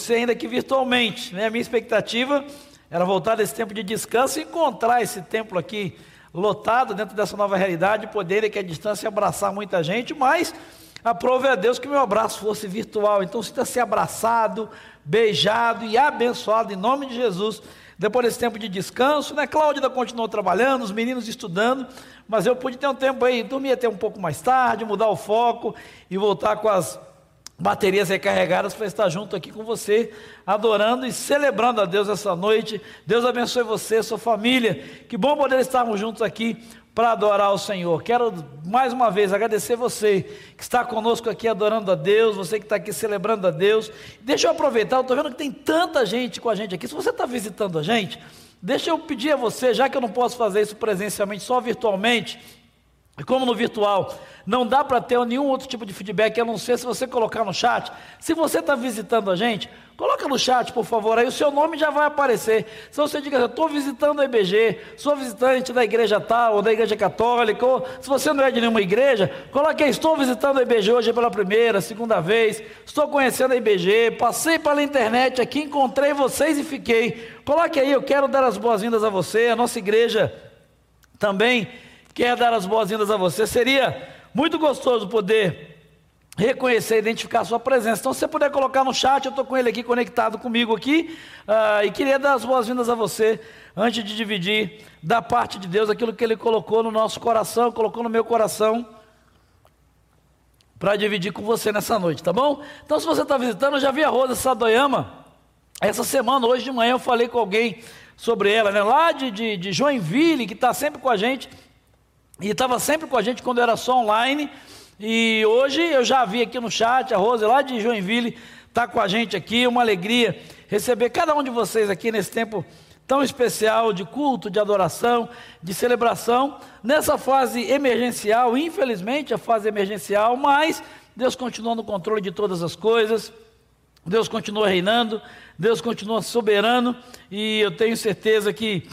você ainda que virtualmente, né? A minha expectativa era voltar desse tempo de descanso e encontrar esse templo aqui lotado dentro dessa nova realidade, poder aqui à distância abraçar muita gente, mas aprove a Deus que meu abraço fosse virtual. Então sinta-se abraçado, beijado e abençoado em nome de Jesus, depois desse tempo de descanso, né? Cláudia continuou trabalhando, os meninos estudando, mas eu pude ter um tempo aí, dormir até um pouco mais tarde, mudar o foco e voltar com as baterias recarregadas para estar junto aqui com você, adorando e celebrando a Deus essa noite. Deus abençoe você, sua família, que bom poder estarmos juntos aqui para adorar o Senhor. Quero mais uma vez agradecer você que está conosco aqui adorando a Deus, você que está aqui celebrando a Deus. Deixa eu aproveitar, eu estou vendo que tem tanta gente com a gente aqui. Se você está visitando a gente, deixa eu pedir a você, já que eu não posso fazer isso presencialmente, só virtualmente, e como no virtual não dá para ter nenhum outro tipo de feedback, a não ser se você colocar no chat. Se você está visitando a gente, coloca no chat, por favor, aí o seu nome já vai aparecer. Se você diga, eu estou visitando a IBG, sou visitante da igreja tal, ou da igreja católica, ou se você não é de nenhuma igreja, coloque aí, estou visitando a IBG hoje pela primeira, segunda vez, estou conhecendo a IBG, passei pela internet aqui, encontrei vocês e fiquei. Coloque aí, eu quero dar as boas-vindas a você, a nossa igreja também quer dar as boas-vindas a você. Seria muito gostoso poder reconhecer, identificar a sua presença. Então, se você puder colocar no chat, eu estou com ele aqui, conectado comigo aqui, e queria dar as boas-vindas a você, antes de dividir da parte de Deus, aquilo que Ele colocou no nosso coração, colocou no meu coração, para dividir com você nessa noite, tá bom? Então, se você está visitando, eu já vi a Rosa Sadoyama, essa semana, hoje de manhã, eu falei com alguém sobre ela, né? Lá de Joinville, que está sempre com a gente, e estava sempre com a gente quando era só online, e hoje eu já vi aqui no chat, a Rose lá de Joinville está com a gente aqui, uma alegria receber cada um de vocês aqui nesse tempo tão especial de culto, de adoração, de celebração, nessa fase emergencial, infelizmente a fase emergencial, mas Deus continua no controle de todas as coisas, Deus continua reinando, Deus continua soberano, e eu tenho certeza que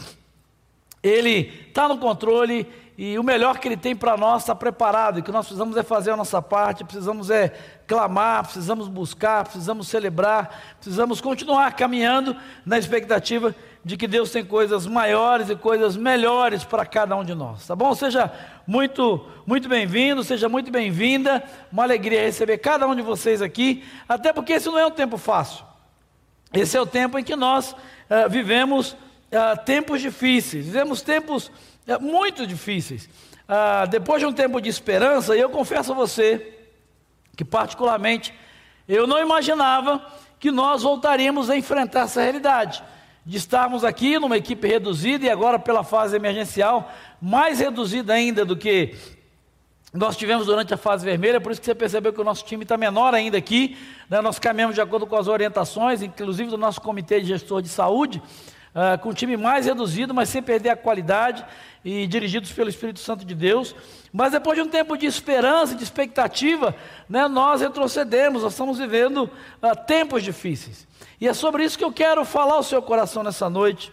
Ele está no controle, e o melhor que Ele tem para nós está preparado, e que nós precisamos é fazer a nossa parte, precisamos é clamar, precisamos buscar, precisamos celebrar, precisamos continuar caminhando na expectativa de que Deus tem coisas maiores e coisas melhores para cada um de nós, tá bom? Seja muito bem-vindo, seja muito bem-vinda, uma alegria receber cada um de vocês aqui, até porque esse não é um tempo fácil, esse é o tempo em que nós vivemos tempos difíceis, vivemos tempos muito difíceis, depois de um tempo de esperança, e eu confesso a você, que particularmente, eu não imaginava que nós voltaríamos a enfrentar essa realidade, de estarmos aqui numa equipe reduzida, e agora pela fase emergencial, mais reduzida ainda do que nós tivemos durante a fase vermelha. Por isso que você percebeu que o nosso time está menor ainda aqui, né? Nós caminhamos de acordo com as orientações, inclusive do nosso comitê de gestor de saúde, com um time mais reduzido, mas sem perder a qualidade, e dirigidos pelo Espírito Santo de Deus. Mas depois de um tempo de esperança, de expectativa, né, nós retrocedemos, nós estamos vivendo tempos difíceis, e é sobre isso que eu quero falar ao seu coração nessa noite,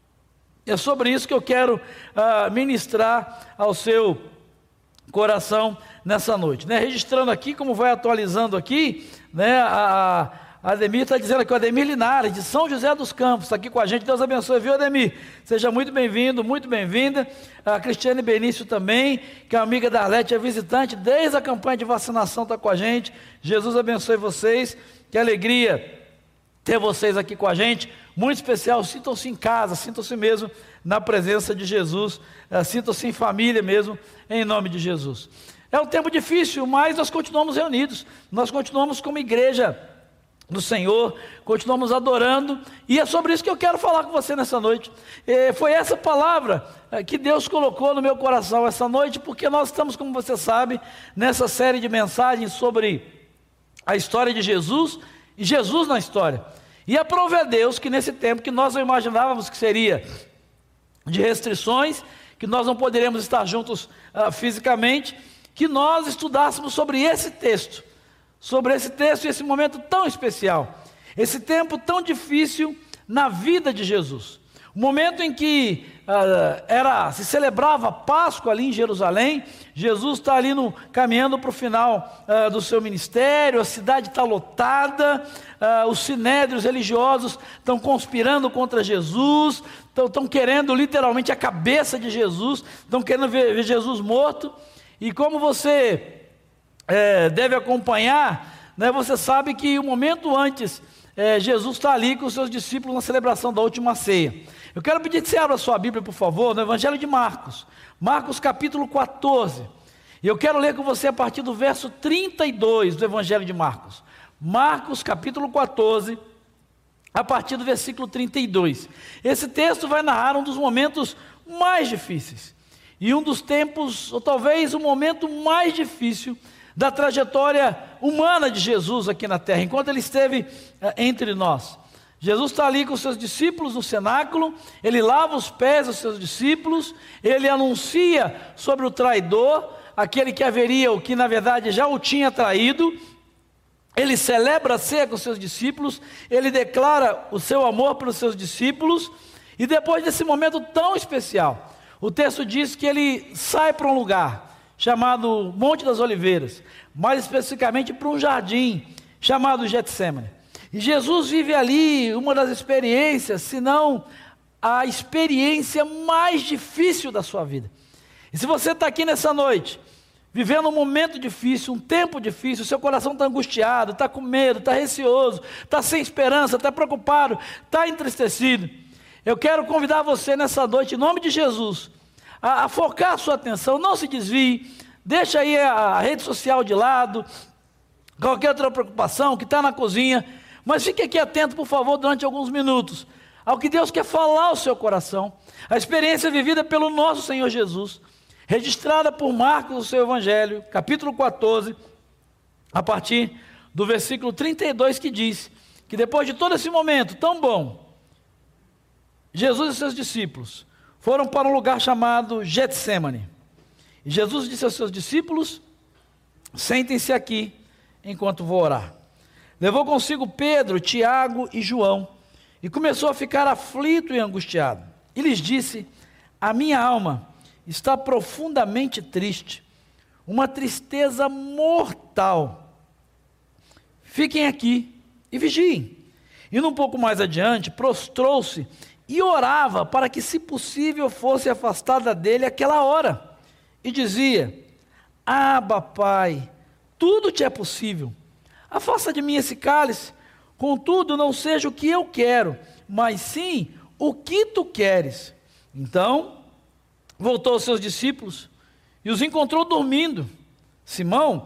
é sobre isso que eu quero ministrar ao seu coração nessa noite, né? Registrando aqui, como vai atualizando aqui, né, a Ademir está dizendo aqui, o Ademir Linares, de São José dos Campos, está aqui com a gente. Deus abençoe, viu, Ademir? Seja muito bem-vindo, muito bem-vinda. A Cristiane Benício também, que é uma amiga da Arlete, é visitante, desde a campanha de vacinação está com a gente. Jesus abençoe vocês, que alegria ter vocês aqui com a gente, muito especial. Sintam-se em casa, sintam-se mesmo na presença de Jesus, sintam-se em família mesmo, em nome de Jesus. É um tempo difícil, mas nós continuamos reunidos, nós continuamos como igreja do Senhor, continuamos adorando, e é sobre isso que eu quero falar com você nessa noite. Foi essa palavra que Deus colocou no meu coração essa noite, porque nós estamos, como você sabe, nessa série de mensagens sobre a história de Jesus, e Jesus na história, e aprove a Deus que nesse tempo que nós não imaginávamos que seria de restrições, que nós não poderíamos estar juntos fisicamente, que nós estudássemos sobre esse texto e esse momento tão especial, esse tempo tão difícil na vida de Jesus, O momento em que se celebrava a Páscoa ali em Jerusalém. Jesus está ali caminhando para o final do seu ministério, a cidade está lotada, os sinédrios religiosos estão conspirando contra Jesus, estão querendo literalmente a cabeça de Jesus, estão querendo ver Jesus morto. E como você deve acompanhar, né, você sabe que um momento antes, Jesus está ali com os seus discípulos na celebração da última ceia. Eu quero pedir que você abra a sua Bíblia, por favor, no Evangelho de Marcos, Marcos capítulo 14, e eu quero ler com você a partir do verso 32 do Evangelho de Marcos. Marcos capítulo 14, a partir do versículo 32. Esse texto vai narrar um dos momentos mais difíceis, e um dos tempos, ou talvez o momento mais difícil da trajetória humana de Jesus aqui na terra, enquanto ele esteve entre nós. Jesus está ali com os seus discípulos no cenáculo, ele lava os pés dos seus discípulos, ele anuncia sobre o traidor, aquele que haveria, o que na verdade já o tinha traído, ele celebra a ceia com os seus discípulos, ele declara o seu amor pelos seus discípulos, e depois desse momento tão especial, o texto diz que ele sai para um lugar chamado Monte das Oliveiras, mais especificamente para um jardim chamado Getsêmani. E Jesus vive ali uma das experiências, se não a experiência mais difícil da sua vida. E se você está aqui nessa noite, vivendo um momento difícil, um tempo difícil, seu coração está angustiado, está com medo, está receoso, está sem esperança, está preocupado, está entristecido, eu quero convidar você nessa noite, em nome de Jesus, a focar a sua atenção, não se desvie, deixa aí a rede social de lado, qualquer outra preocupação que está na cozinha, mas fique aqui atento, por favor, durante alguns minutos, ao que Deus quer falar ao seu coração, a experiência vivida pelo nosso Senhor Jesus, registrada por Marcos no seu Evangelho, capítulo 14, a partir do versículo 32, que diz, que depois de todo esse momento tão bom, Jesus e seus discípulos foram para um lugar chamado Getsêmani, e Jesus disse aos seus discípulos, sentem-se aqui, enquanto vou orar. Levou consigo Pedro, Tiago e João, e começou a ficar aflito e angustiado. E lhes disse, a minha alma está profundamente triste, uma tristeza mortal. Fiquem aqui e vigiem. E um pouco mais adiante, prostrou-se e orava para que, se possível, fosse afastada dele aquela hora. E dizia, Abba, Pai, tudo te é possível. Afasta de mim esse cálice, contudo não seja o que eu quero, mas sim o que tu queres. Então, voltou aos seus discípulos e os encontrou dormindo. Simão,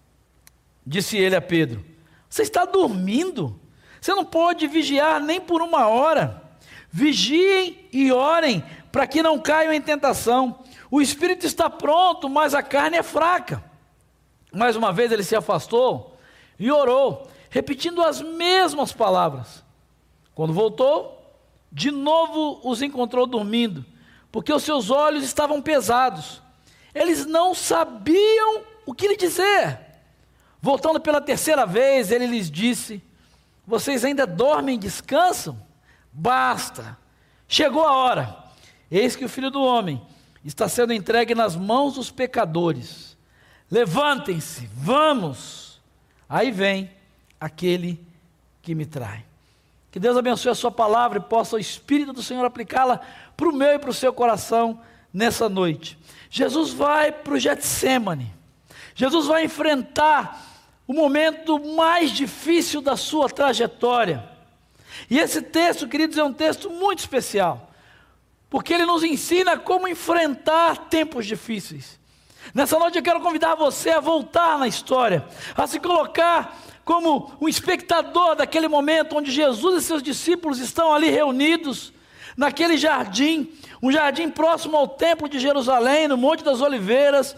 disse ele a Pedro, você está dormindo? Você não pode vigiar nem por uma hora. Vigiem e orem para que não caiam em tentação. O espírito está pronto, mas a carne é fraca. Mais uma vez ele se afastou e orou, repetindo as mesmas palavras. Quando voltou, de novo os encontrou dormindo, porque os seus olhos estavam pesados. Eles não sabiam o que lhe dizer. Voltando pela terceira vez, ele lhes disse, vocês ainda dormem e descansam? Basta, chegou a hora. Eis que o Filho do Homem está sendo entregue nas mãos dos pecadores. Levantem-se, vamos. Aí vem aquele que me trai. Que Deus abençoe a sua palavra e possa o Espírito do Senhor aplicá-la para o meu e para o seu coração nessa noite. Jesus vai para o Getsêmani. Jesus vai enfrentar o momento mais difícil da sua trajetória. E esse texto, queridos, é um texto muito especial, porque ele nos ensina como enfrentar tempos difíceis. Nessa noite eu quero convidar você a voltar na história, a se colocar como um espectador daquele momento onde Jesus e seus discípulos estão ali reunidos, naquele jardim, um jardim próximo ao templo de Jerusalém, no Monte das Oliveiras,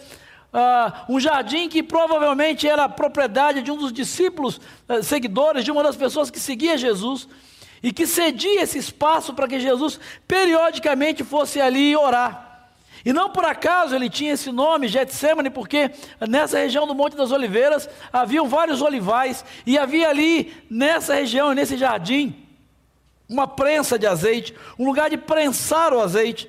um jardim que provavelmente era propriedade de um dos discípulos, seguidores, de uma das pessoas que seguia Jesus, e que cedia esse espaço para que Jesus periodicamente fosse ali orar. E não por acaso ele tinha esse nome, Getsêmani, porque nessa região do Monte das Oliveiras haviam vários olivais, e havia ali nessa região, nesse jardim, uma prensa de azeite, um lugar de prensar o azeite,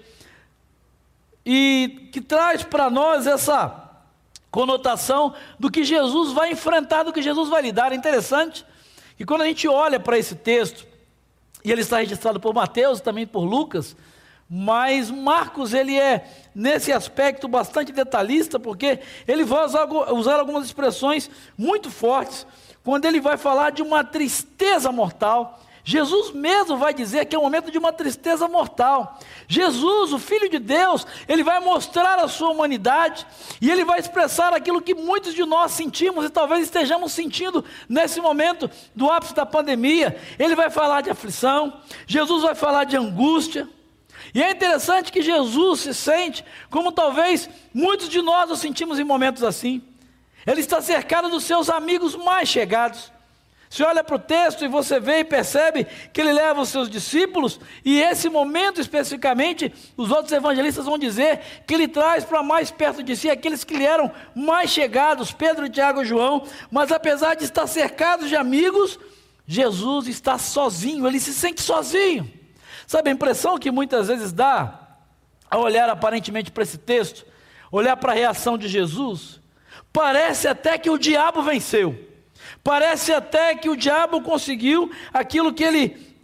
e que traz para nós essa conotação do que Jesus vai enfrentar, do que Jesus vai lidar. É interessante que quando a gente olha para esse texto, e ele está registrado por Mateus e também por Lucas, mas Marcos, ele é nesse aspecto bastante detalhista, porque ele vai usar algumas expressões muito fortes, quando ele vai falar de uma tristeza mortal. Jesus mesmo vai dizer que é um momento de uma tristeza mortal. Jesus, o Filho de Deus, ele vai mostrar a sua humanidade, e ele vai expressar aquilo que muitos de nós sentimos, e talvez estejamos sentindo nesse momento do ápice da pandemia. Ele vai falar de aflição, Jesus vai falar de angústia, e é interessante que Jesus se sente como talvez muitos de nós nos sentimos em momentos assim. Ele está cercado dos seus amigos mais chegados. Você olha para o texto e você vê e percebe que ele leva os seus discípulos, e esse momento especificamente, os outros evangelistas vão dizer que ele traz para mais perto de si aqueles que lhe eram mais chegados, Pedro, Tiago e João. Mas apesar de estar cercado de amigos, Jesus está sozinho, ele se sente sozinho. Sabe a impressão que muitas vezes dá ao olhar aparentemente para esse texto, olhar para a reação de Jesus? Parece até que o diabo venceu. Parece até que o diabo conseguiu aquilo que ele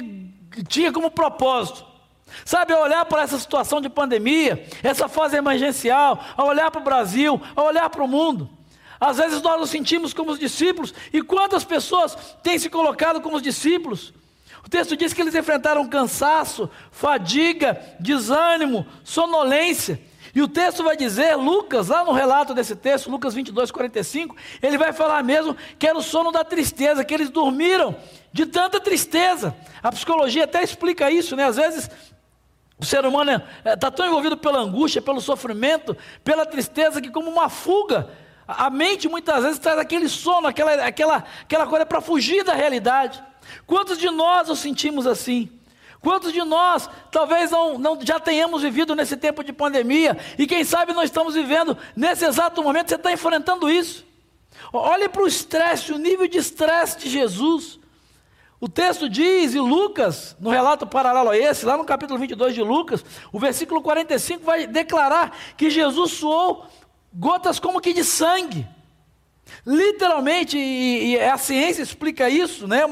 tinha como propósito. Sabe, ao olhar para essa situação de pandemia, essa fase emergencial, ao olhar para o Brasil, ao olhar para o mundo, às vezes nós nos sentimos como os discípulos. E quantas pessoas têm se colocado como os discípulos? O texto diz que eles enfrentaram cansaço, fadiga, desânimo, sonolência. E o texto vai dizer, Lucas, lá no relato desse texto, Lucas 22:45, ele vai falar mesmo que era o sono da tristeza, que eles dormiram de tanta tristeza. A psicologia até explica isso, né? Às vezes o ser humano está tão envolvido pela angústia, pelo sofrimento, pela tristeza, que como uma fuga, a mente muitas vezes traz aquele sono, aquela coisa para fugir da realidade. Quantos de nós nos sentimos assim? Quantos de nós talvez não já tenhamos vivido nesse tempo de pandemia, e quem sabe nós estamos vivendo nesse exato momento, você está enfrentando isso. Olhe para o estresse, o nível de estresse de Jesus. O texto diz, e Lucas, no relato paralelo a esse, lá no capítulo 22 de Lucas, o versículo 45 vai declarar que Jesus suou gotas como que de sangue. Literalmente, e a ciência explica isso, né?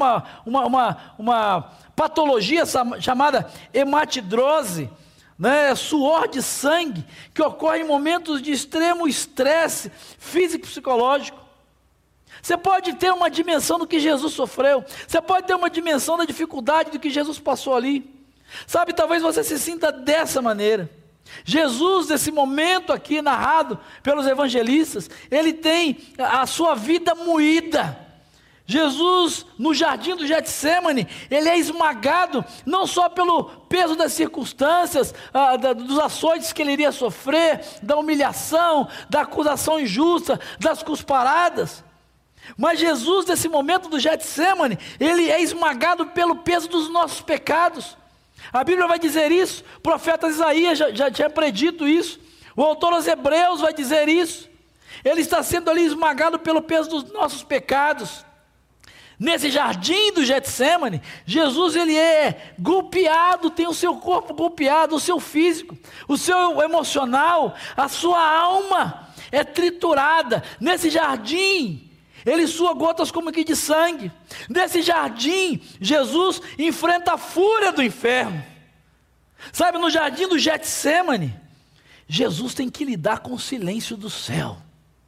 Uma patologia chamada hematidrose, né? Suor de sangue, que ocorre em momentos de extremo estresse físico e psicológico. Você pode ter uma dimensão do que Jesus sofreu, você pode ter uma dimensão da dificuldade do que Jesus passou ali. Sabe, talvez você se sinta dessa maneira. Jesus, nesse momento aqui narrado pelos evangelistas, ele tem a sua vida moída. Jesus, no jardim do Getsemane, ele é esmagado, não só pelo peso das circunstâncias, dos açoites que ele iria sofrer, da humilhação, da acusação injusta, das cusparadas, mas Jesus, nesse momento do Getsemane, ele é esmagado pelo peso dos nossos pecados. A Bíblia vai dizer isso, o profeta Isaías já tinha predito isso, o autor aos Hebreus vai dizer isso. Ele está sendo ali esmagado pelo peso dos nossos pecados. Nesse jardim do Getsemane, Jesus ele é golpeado, tem o seu corpo golpeado, o seu físico, o seu emocional, a sua alma é triturada. Nesse jardim, ele sua gotas como que de sangue. Nesse jardim, Jesus enfrenta a fúria do inferno. Sabe, no jardim do Getsemane, Jesus tem que lidar com o silêncio do céu.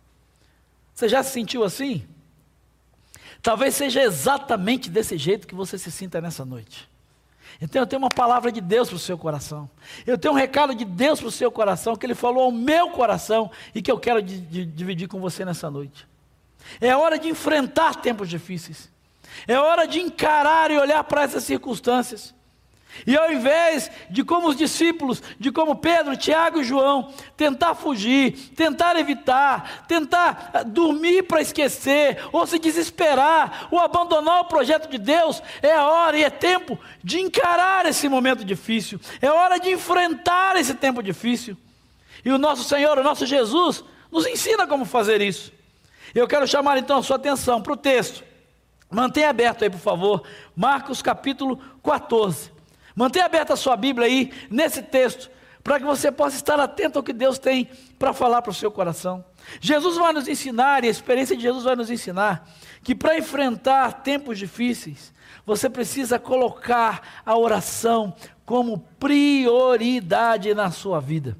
Você já se sentiu assim? Talvez seja exatamente desse jeito que você se sinta nessa noite. Então eu tenho uma palavra de Deus para o seu coração. Eu tenho um recado de Deus para o seu coração, que Ele falou ao meu coração, e que eu quero dividir com você nessa noite. É hora de enfrentar tempos difíceis. É hora de encarar e olhar para essas circunstâncias. E ao invés de, como os discípulos, de como Pedro, Tiago e João, tentar fugir, tentar evitar, tentar dormir para esquecer, ou se desesperar, ou abandonar o projeto de Deus, é a hora e é tempo de encarar esse momento difícil. É hora de enfrentar esse tempo difícil. E o nosso Senhor, o nosso Jesus, nos ensina como fazer isso. Eu quero chamar então a sua atenção para o texto Mantenha aberto aí, por favor, Marcos capítulo 14. Mantenha aberta a sua Bíblia aí, nesse texto, para que você possa estar atento ao que Deus tem para falar para o seu coração. Jesus vai nos ensinar, e a experiência de Jesus vai nos ensinar, que para enfrentar tempos difíceis, você precisa colocar a oração como prioridade na sua vida.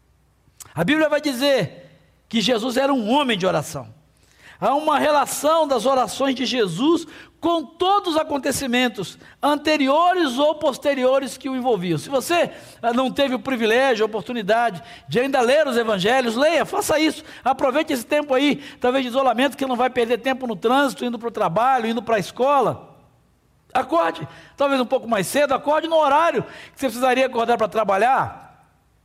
A Bíblia vai dizer que Jesus era um homem de oração. Há uma relação das orações de Jesus com todos os acontecimentos anteriores ou posteriores que o envolviam. Se você não teve o privilégio, a oportunidade de ainda ler os evangelhos, leia, faça isso, aproveite esse tempo aí, talvez de isolamento, que não vai perder tempo no trânsito, indo para o trabalho, indo para a escola. Acorde, talvez um pouco mais cedo, acorde no horário que você precisaria acordar para trabalhar,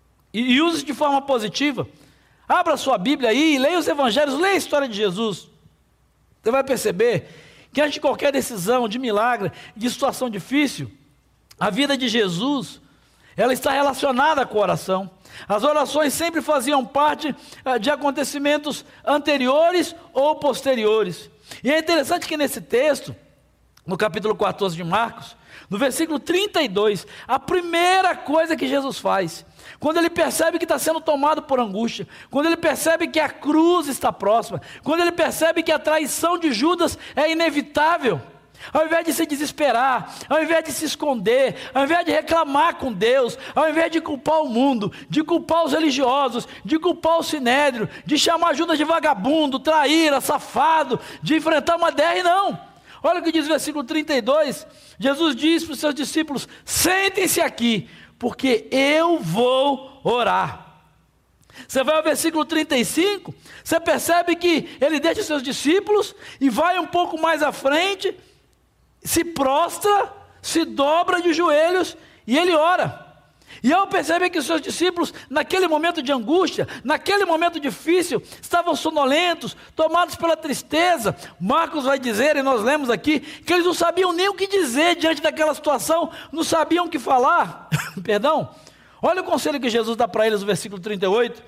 e use de forma positiva. Abra sua Bíblia aí, leia os evangelhos, leia a história de Jesus. Você vai perceber que antes de qualquer decisão, de milagre, de situação difícil, a vida de Jesus, ela está relacionada com a oração. As orações sempre faziam parte de acontecimentos anteriores ou posteriores. E é interessante que nesse texto, no capítulo 14 de Marcos, no versículo 32, a primeira coisa que Jesus faz, quando ele percebe que está sendo tomado por angústia, quando ele percebe que a cruz está próxima, quando ele percebe que a traição de Judas é inevitável, ao invés de se desesperar, ao invés de se esconder, ao invés de reclamar com Deus, ao invés de culpar o mundo, de culpar os religiosos, de culpar o sinédrio, de chamar Judas de vagabundo, traíra, safado, de enfrentar uma DR, não. Olha o que diz o versículo 32, Jesus diz para os seus discípulos: sentem-se aqui, porque eu vou orar. Você vai ao versículo 35, você percebe que ele deixa os seus discípulos e vai um pouco mais à frente, se prostra, se dobra de joelhos e ele ora. E ao perceber que os seus discípulos, naquele momento de angústia, naquele momento difícil, estavam sonolentos, tomados pela tristeza, Marcos vai dizer, e nós lemos aqui, que eles não sabiam nem o que dizer diante daquela situação, não sabiam o que falar. Perdão. Olha o conselho que Jesus dá para eles no versículo 38.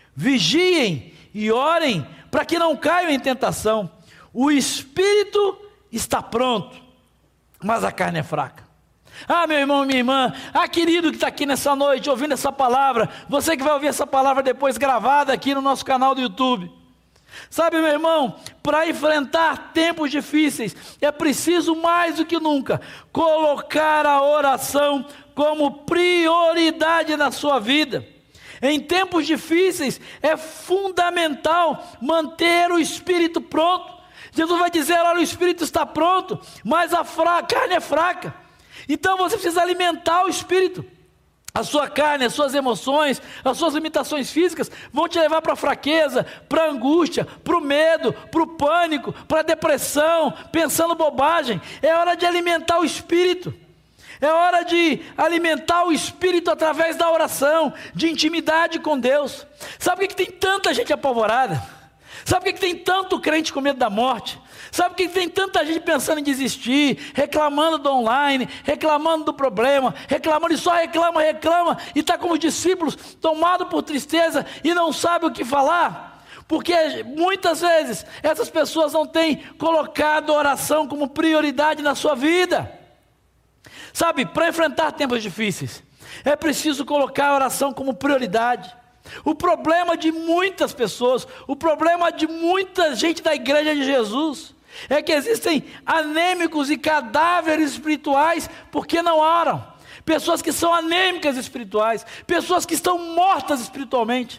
Vigiem e orem para que não caiam em tentação. O espírito está pronto, mas a carne é fraca. Ah, meu irmão, minha irmã, querido que está aqui nessa noite, ouvindo essa palavra, você que vai ouvir essa palavra depois gravada aqui no nosso canal do YouTube. Sabe, meu irmão, para enfrentar tempos difíceis, é preciso mais do que nunca, colocar a oração como prioridade na sua vida. Em tempos difíceis, é fundamental manter o espírito pronto. Jesus vai dizer, olha, o espírito está pronto, mas a carne é fraca. Então você precisa alimentar o espírito. A sua carne, as suas emoções, as suas limitações físicas vão te levar para a fraqueza, para a angústia, para o medo, para o pânico, para a depressão, pensando bobagem. É hora de alimentar o espírito. É hora de alimentar o espírito através da oração, de intimidade com Deus. Sabe por que tem tanta gente apavorada? Sabe por que tem tanto crente com medo da morte? Sabe por que tem tanta gente pensando em desistir, reclamando do online, reclamando do problema, reclamando e só reclama, e está como discípulos, tomado por tristeza e não sabe o que falar? Porque muitas vezes essas pessoas não têm colocado a oração como prioridade na sua vida. Sabe, para enfrentar tempos difíceis, é preciso colocar a oração como prioridade. O problema de muitas pessoas, o problema de muita gente da igreja de Jesus, é que existem anêmicos e cadáveres espirituais porque não oram. Pessoas que são anêmicas espirituais, pessoas que estão mortas espiritualmente.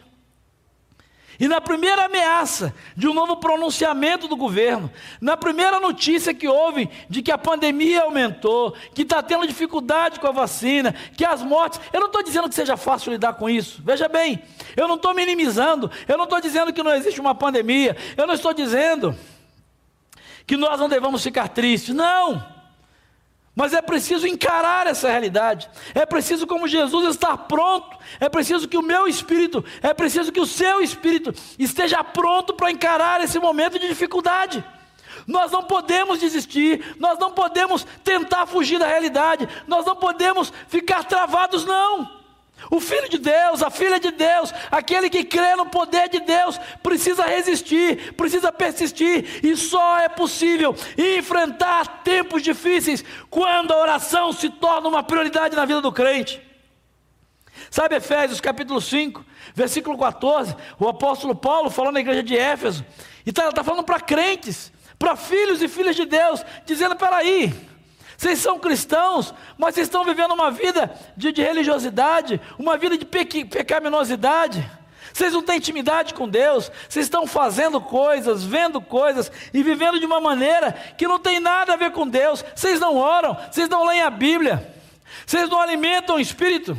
E na primeira ameaça de um novo pronunciamento do governo, na primeira notícia que houve de que a pandemia aumentou, que está tendo dificuldade com a vacina, que as mortes, eu não estou dizendo que seja fácil lidar com isso, veja bem, eu não estou minimizando, eu não estou dizendo que não existe uma pandemia, eu não estou dizendo que nós não devamos ficar tristes, não. Mas é preciso encarar essa realidade, é preciso, como Jesus, estar pronto, é preciso que o meu espírito, é preciso que o seu espírito esteja pronto para encarar esse momento de dificuldade. Nós não podemos desistir, nós não podemos tentar fugir da realidade, nós não podemos ficar travados, não. O filho de Deus, a filha de Deus, aquele que crê no poder de Deus, precisa resistir, precisa persistir, e só é possível enfrentar tempos difíceis quando a oração se torna uma prioridade na vida do crente. Sabe Efésios capítulo 5, versículo 14, o apóstolo Paulo falando na igreja de Éfeso, e está falando para crentes, para filhos e filhas de Deus, dizendo: peraí, vocês são cristãos, mas vocês estão vivendo uma vida de religiosidade, uma vida de pecaminosidade. Vocês não têm intimidade com Deus, vocês estão fazendo coisas, vendo coisas e vivendo de uma maneira que não tem nada a ver com Deus. Vocês não oram, vocês não leem a Bíblia, vocês não alimentam o Espírito.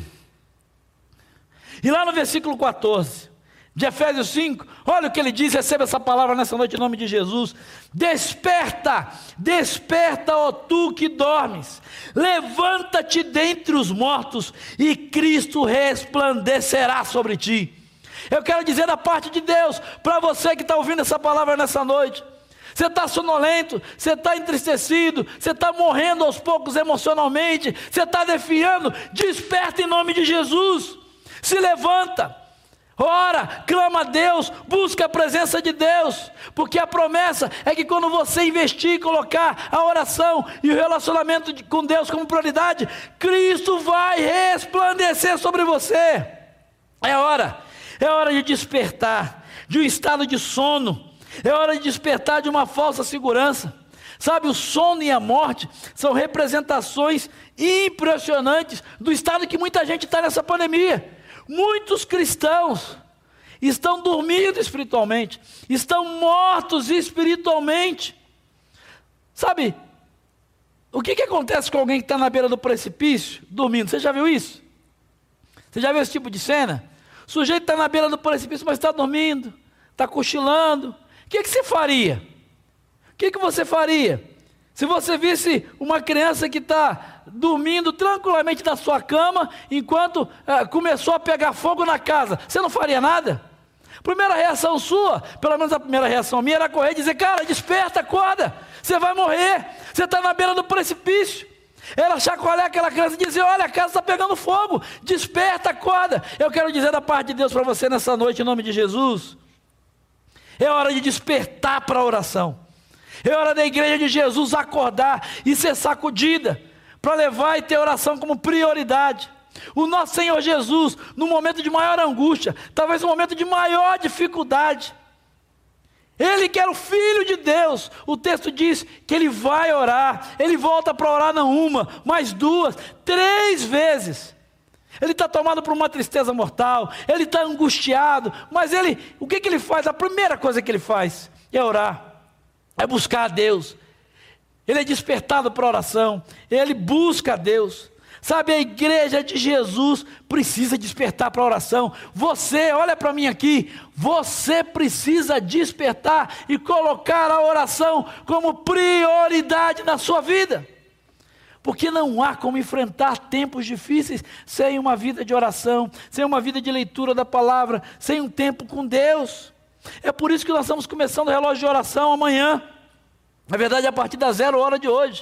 E lá no versículo 14 de Efésios 5, olha o que ele diz, receba essa palavra nessa noite em nome de Jesus: desperta, desperta, ó tu que dormes, levanta-te dentre os mortos, e Cristo resplandecerá sobre ti. Eu quero dizer da parte de Deus, para você que está ouvindo essa palavra nessa noite, você está sonolento, você está entristecido, você está morrendo aos poucos emocionalmente, você está definhando, desperta em nome de Jesus, se levanta, ora, clama a Deus, busca a presença de Deus, porque a promessa é que quando você investir e colocar a oração e o relacionamento com Deus como prioridade, Cristo vai resplandecer sobre você. É hora de despertar de um estado de sono, é hora de despertar de uma falsa segurança. Sabe, o sono e a morte são representações impressionantes do estado que muita gente está nessa pandemia. Muitos cristãos estão dormindo espiritualmente, estão mortos espiritualmente. Sabe, o que acontece com alguém que está na beira do precipício, dormindo? Você já viu isso? Você já viu esse tipo de cena? O sujeito está na beira do precipício, mas está dormindo, está cochilando. O que você faria? O que você faria? Se você visse uma criança que está dormindo tranquilamente na sua cama, enquanto começou a pegar fogo na casa, você não faria nada? Primeira reação sua, pelo menos a primeira reação minha, era correr e dizer: cara, desperta, acorda, você vai morrer, você está na beira do precipício. Era chacoalhar aquela criança e dizer: olha, a casa está pegando fogo, desperta, acorda. Eu quero dizer da parte de Deus para você nessa noite, em nome de Jesus, é hora de despertar para a oração. É hora da igreja de Jesus acordar e ser sacudida, para levar e ter oração como prioridade. O nosso Senhor Jesus, no momento de maior angústia, talvez no momento de maior dificuldade, Ele que era o Filho de Deus, o texto diz que Ele vai orar, Ele volta para orar não uma, mas duas, 3 vezes. Ele está tomado por uma tristeza mortal, ele está angustiado, mas o que Ele faz? A primeira coisa que Ele faz é orar. É buscar a Deus. Ele é despertado para a oração, ele busca a Deus. Sabe, a igreja de Jesus precisa despertar para a oração. Você, olha para mim aqui, você precisa despertar e colocar a oração como prioridade na sua vida. Porque não há como enfrentar tempos difíceis sem uma vida de oração, sem uma vida de leitura da palavra, sem um tempo com Deus. É por isso que nós estamos começando o relógio de oração amanhã. Na verdade, a partir da 0 hora de hoje.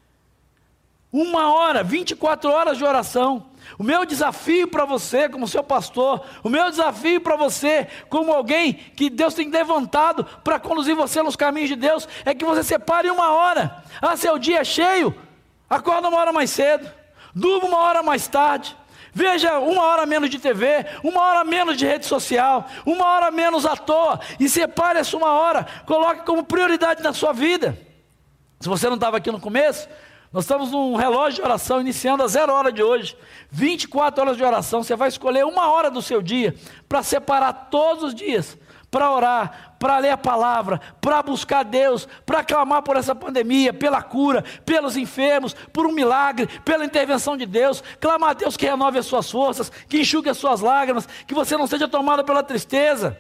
1 hora, 24 horas de oração. O meu desafio para você, como seu pastor, o meu desafio para você, como alguém que Deus tem levantado para conduzir você nos caminhos de Deus, é que você separe 1 hora. Seu dia é cheio, acorda 1 hora mais cedo, durma 1 hora mais tarde. Veja 1 hora menos de TV, 1 hora menos de rede social, 1 hora menos à toa, e separe essa 1 hora, coloque como prioridade na sua vida. Se você não estava aqui no começo, nós estamos num relógio de oração, iniciando a 0 hora de hoje, 24 horas de oração. Você vai escolher 1 hora do seu dia, para separar todos os dias, para orar, para ler a palavra, para buscar Deus, para clamar por essa pandemia, pela cura, pelos enfermos, por um milagre, pela intervenção de Deus. Clamar a Deus que renove as suas forças, que enxugue as suas lágrimas, que você não seja tomado pela tristeza.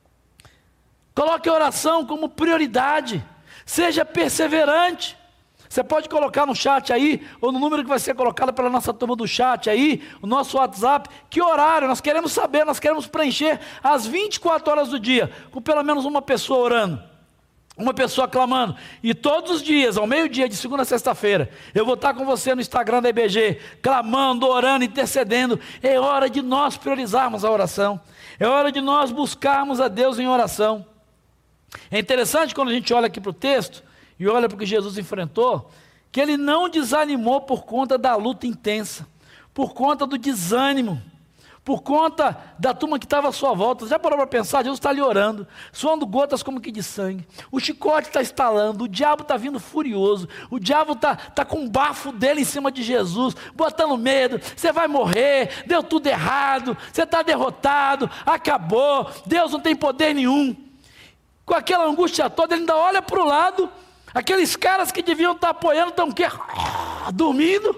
Coloque a oração como prioridade, seja perseverante. Você pode colocar no chat aí, ou no número que vai ser colocado pela nossa turma do chat aí, o nosso WhatsApp, que horário, nós queremos saber, nós queremos preencher as 24 horas do dia, com pelo menos uma pessoa orando. Uma pessoa clamando, e todos os dias, ao meio-dia, de segunda a sexta-feira, eu vou estar com você no Instagram da IBG, clamando, orando, intercedendo. É hora de nós priorizarmos a oração, é hora de nós buscarmos a Deus em oração. É interessante quando a gente olha aqui para o texto, e olha para o que Jesus enfrentou, que ele não desanimou por conta da luta intensa, por conta do desânimo, por conta da turma que estava à sua volta. Já parou para pensar? Jesus está ali orando, suando gotas como que de sangue, o chicote está estalando, o diabo está vindo furioso, o diabo está com o bafo dele em cima de Jesus, botando medo, você vai morrer, deu tudo errado, você está derrotado, acabou, Deus não tem poder nenhum. Com aquela angústia toda, ele ainda olha para o lado, aqueles caras que deviam estar apoiando, estão o quê? Dormindo.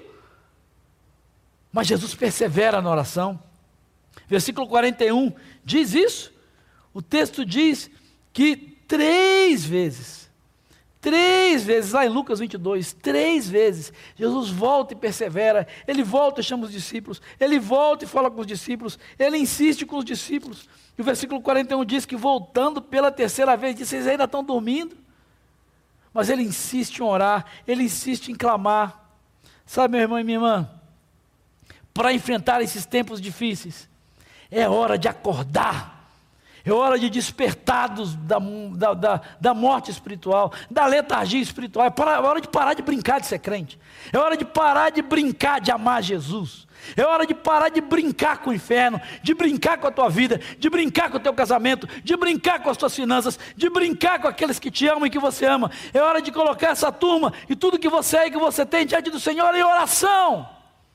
Mas Jesus persevera na oração. Versículo 41 diz isso. O texto diz que 3 vezes, lá em Lucas 22, 3 vezes, Jesus volta e persevera, ele volta e chama os discípulos, ele volta e fala com os discípulos, ele insiste com os discípulos. E o versículo 41 diz que voltando pela 3ª vez, diz: vocês ainda estão dormindo? Mas ele insiste em orar, ele insiste em clamar. Sabe, meu irmão e minha irmã, para enfrentar esses tempos difíceis, é hora de acordar, é hora de despertar da morte espiritual, da letargia espiritual. É hora de parar de brincar de ser crente, é hora de parar de brincar de amar Jesus, é hora de parar de brincar com o inferno, de brincar com a tua vida, de brincar com o teu casamento, de brincar com as tuas finanças, de brincar com aqueles que te amam e que você ama. É hora de colocar essa turma e tudo que você é e que você tem diante do Senhor em oração.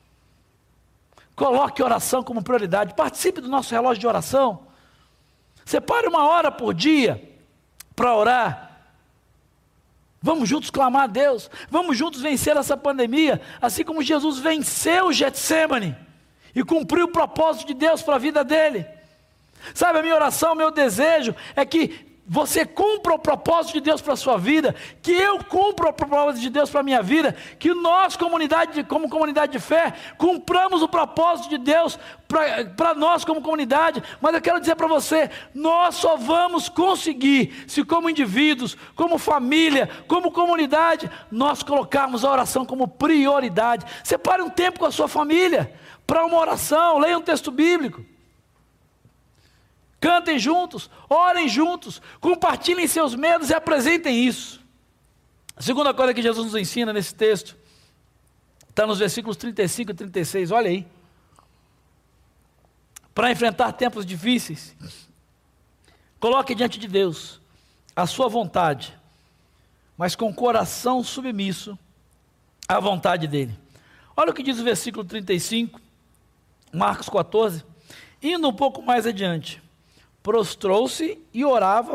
Coloque oração como prioridade, participe do nosso relógio de oração, separe 1 hora por dia para orar. Vamos juntos clamar a Deus, vamos juntos vencer essa pandemia, assim como Jesus venceu o Getsemane e cumpriu o propósito de Deus para a vida dele. Sabe, a minha oração, o meu desejo é que você cumpra o propósito de Deus para a sua vida, que eu cumpra o propósito de Deus para a minha vida, que nós, como comunidade de fé, cumpramos o propósito de Deus para nós como comunidade. Mas eu quero dizer para você, nós só vamos conseguir, se como indivíduos, como família, como comunidade, nós colocarmos a oração como prioridade. Separe um tempo com a sua família, para uma oração, leia um texto bíblico. Cantem juntos, orem juntos, compartilhem seus medos e apresentem isso. A segunda coisa que Jesus nos ensina nesse texto, está nos versículos 35 e 36, olha aí. Para enfrentar tempos difíceis, coloque diante de Deus a sua vontade, mas com o coração submisso à vontade dEle. Olha o que diz o versículo 35, Marcos 14, indo um pouco mais adiante. Prostrou-se e orava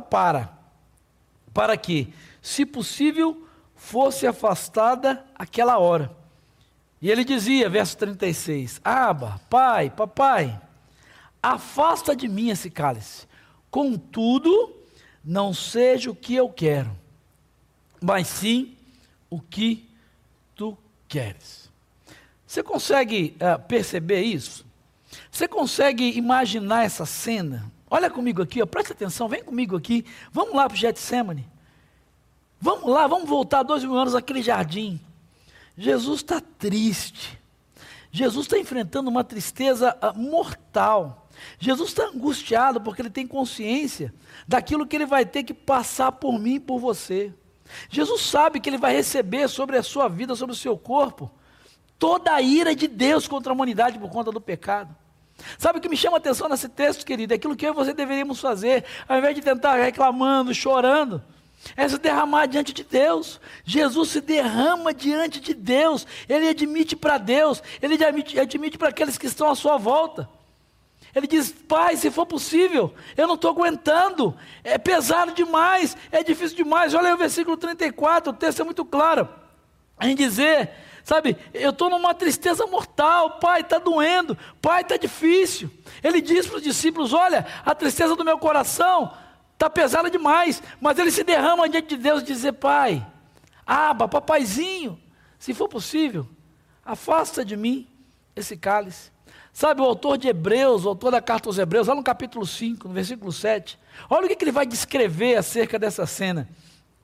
para que, se possível, fosse afastada aquela hora. E ele dizia, verso 36, Abba, Pai, Papai, afasta de mim esse cálice, contudo, não seja o que eu quero, mas sim o que tu queres. Você consegue perceber isso? Você consegue imaginar essa cena? Olha comigo aqui, ó, presta atenção, vem comigo aqui, vamos lá para o Getsemane, vamos lá, vamos voltar 2000 anos naquele jardim. Jesus está triste, Jesus está enfrentando uma tristeza mortal, Jesus está angustiado porque ele tem consciência daquilo que ele vai ter que passar por mim e por você. Jesus sabe que ele vai receber sobre a sua vida, sobre o seu corpo, toda a ira de Deus contra a humanidade por conta do pecado. Sabe o que me chama a atenção nesse texto, querido? É aquilo que eu e você deveríamos fazer, ao invés de tentar reclamando, chorando, é se derramar diante de Deus. Jesus se derrama diante de Deus, ele admite para Deus, ele admite para aqueles que estão à sua volta. Ele diz, Pai, se for possível, eu não estou aguentando, é pesado demais, é difícil demais. Olha aí o versículo 34, o texto é muito claro, em dizer, sabe, eu estou numa tristeza mortal, Pai, está doendo, Pai, está difícil. Ele diz para os discípulos, olha, a tristeza do meu coração está pesada demais, mas ele se derrama diante de Deus e diz, Pai, Abba, papaizinho, se for possível, afasta de mim esse cálice. Sabe, o autor de Hebreus, o autor da carta aos Hebreus, lá no capítulo 5, no versículo 7, olha o que ele vai descrever acerca dessa cena.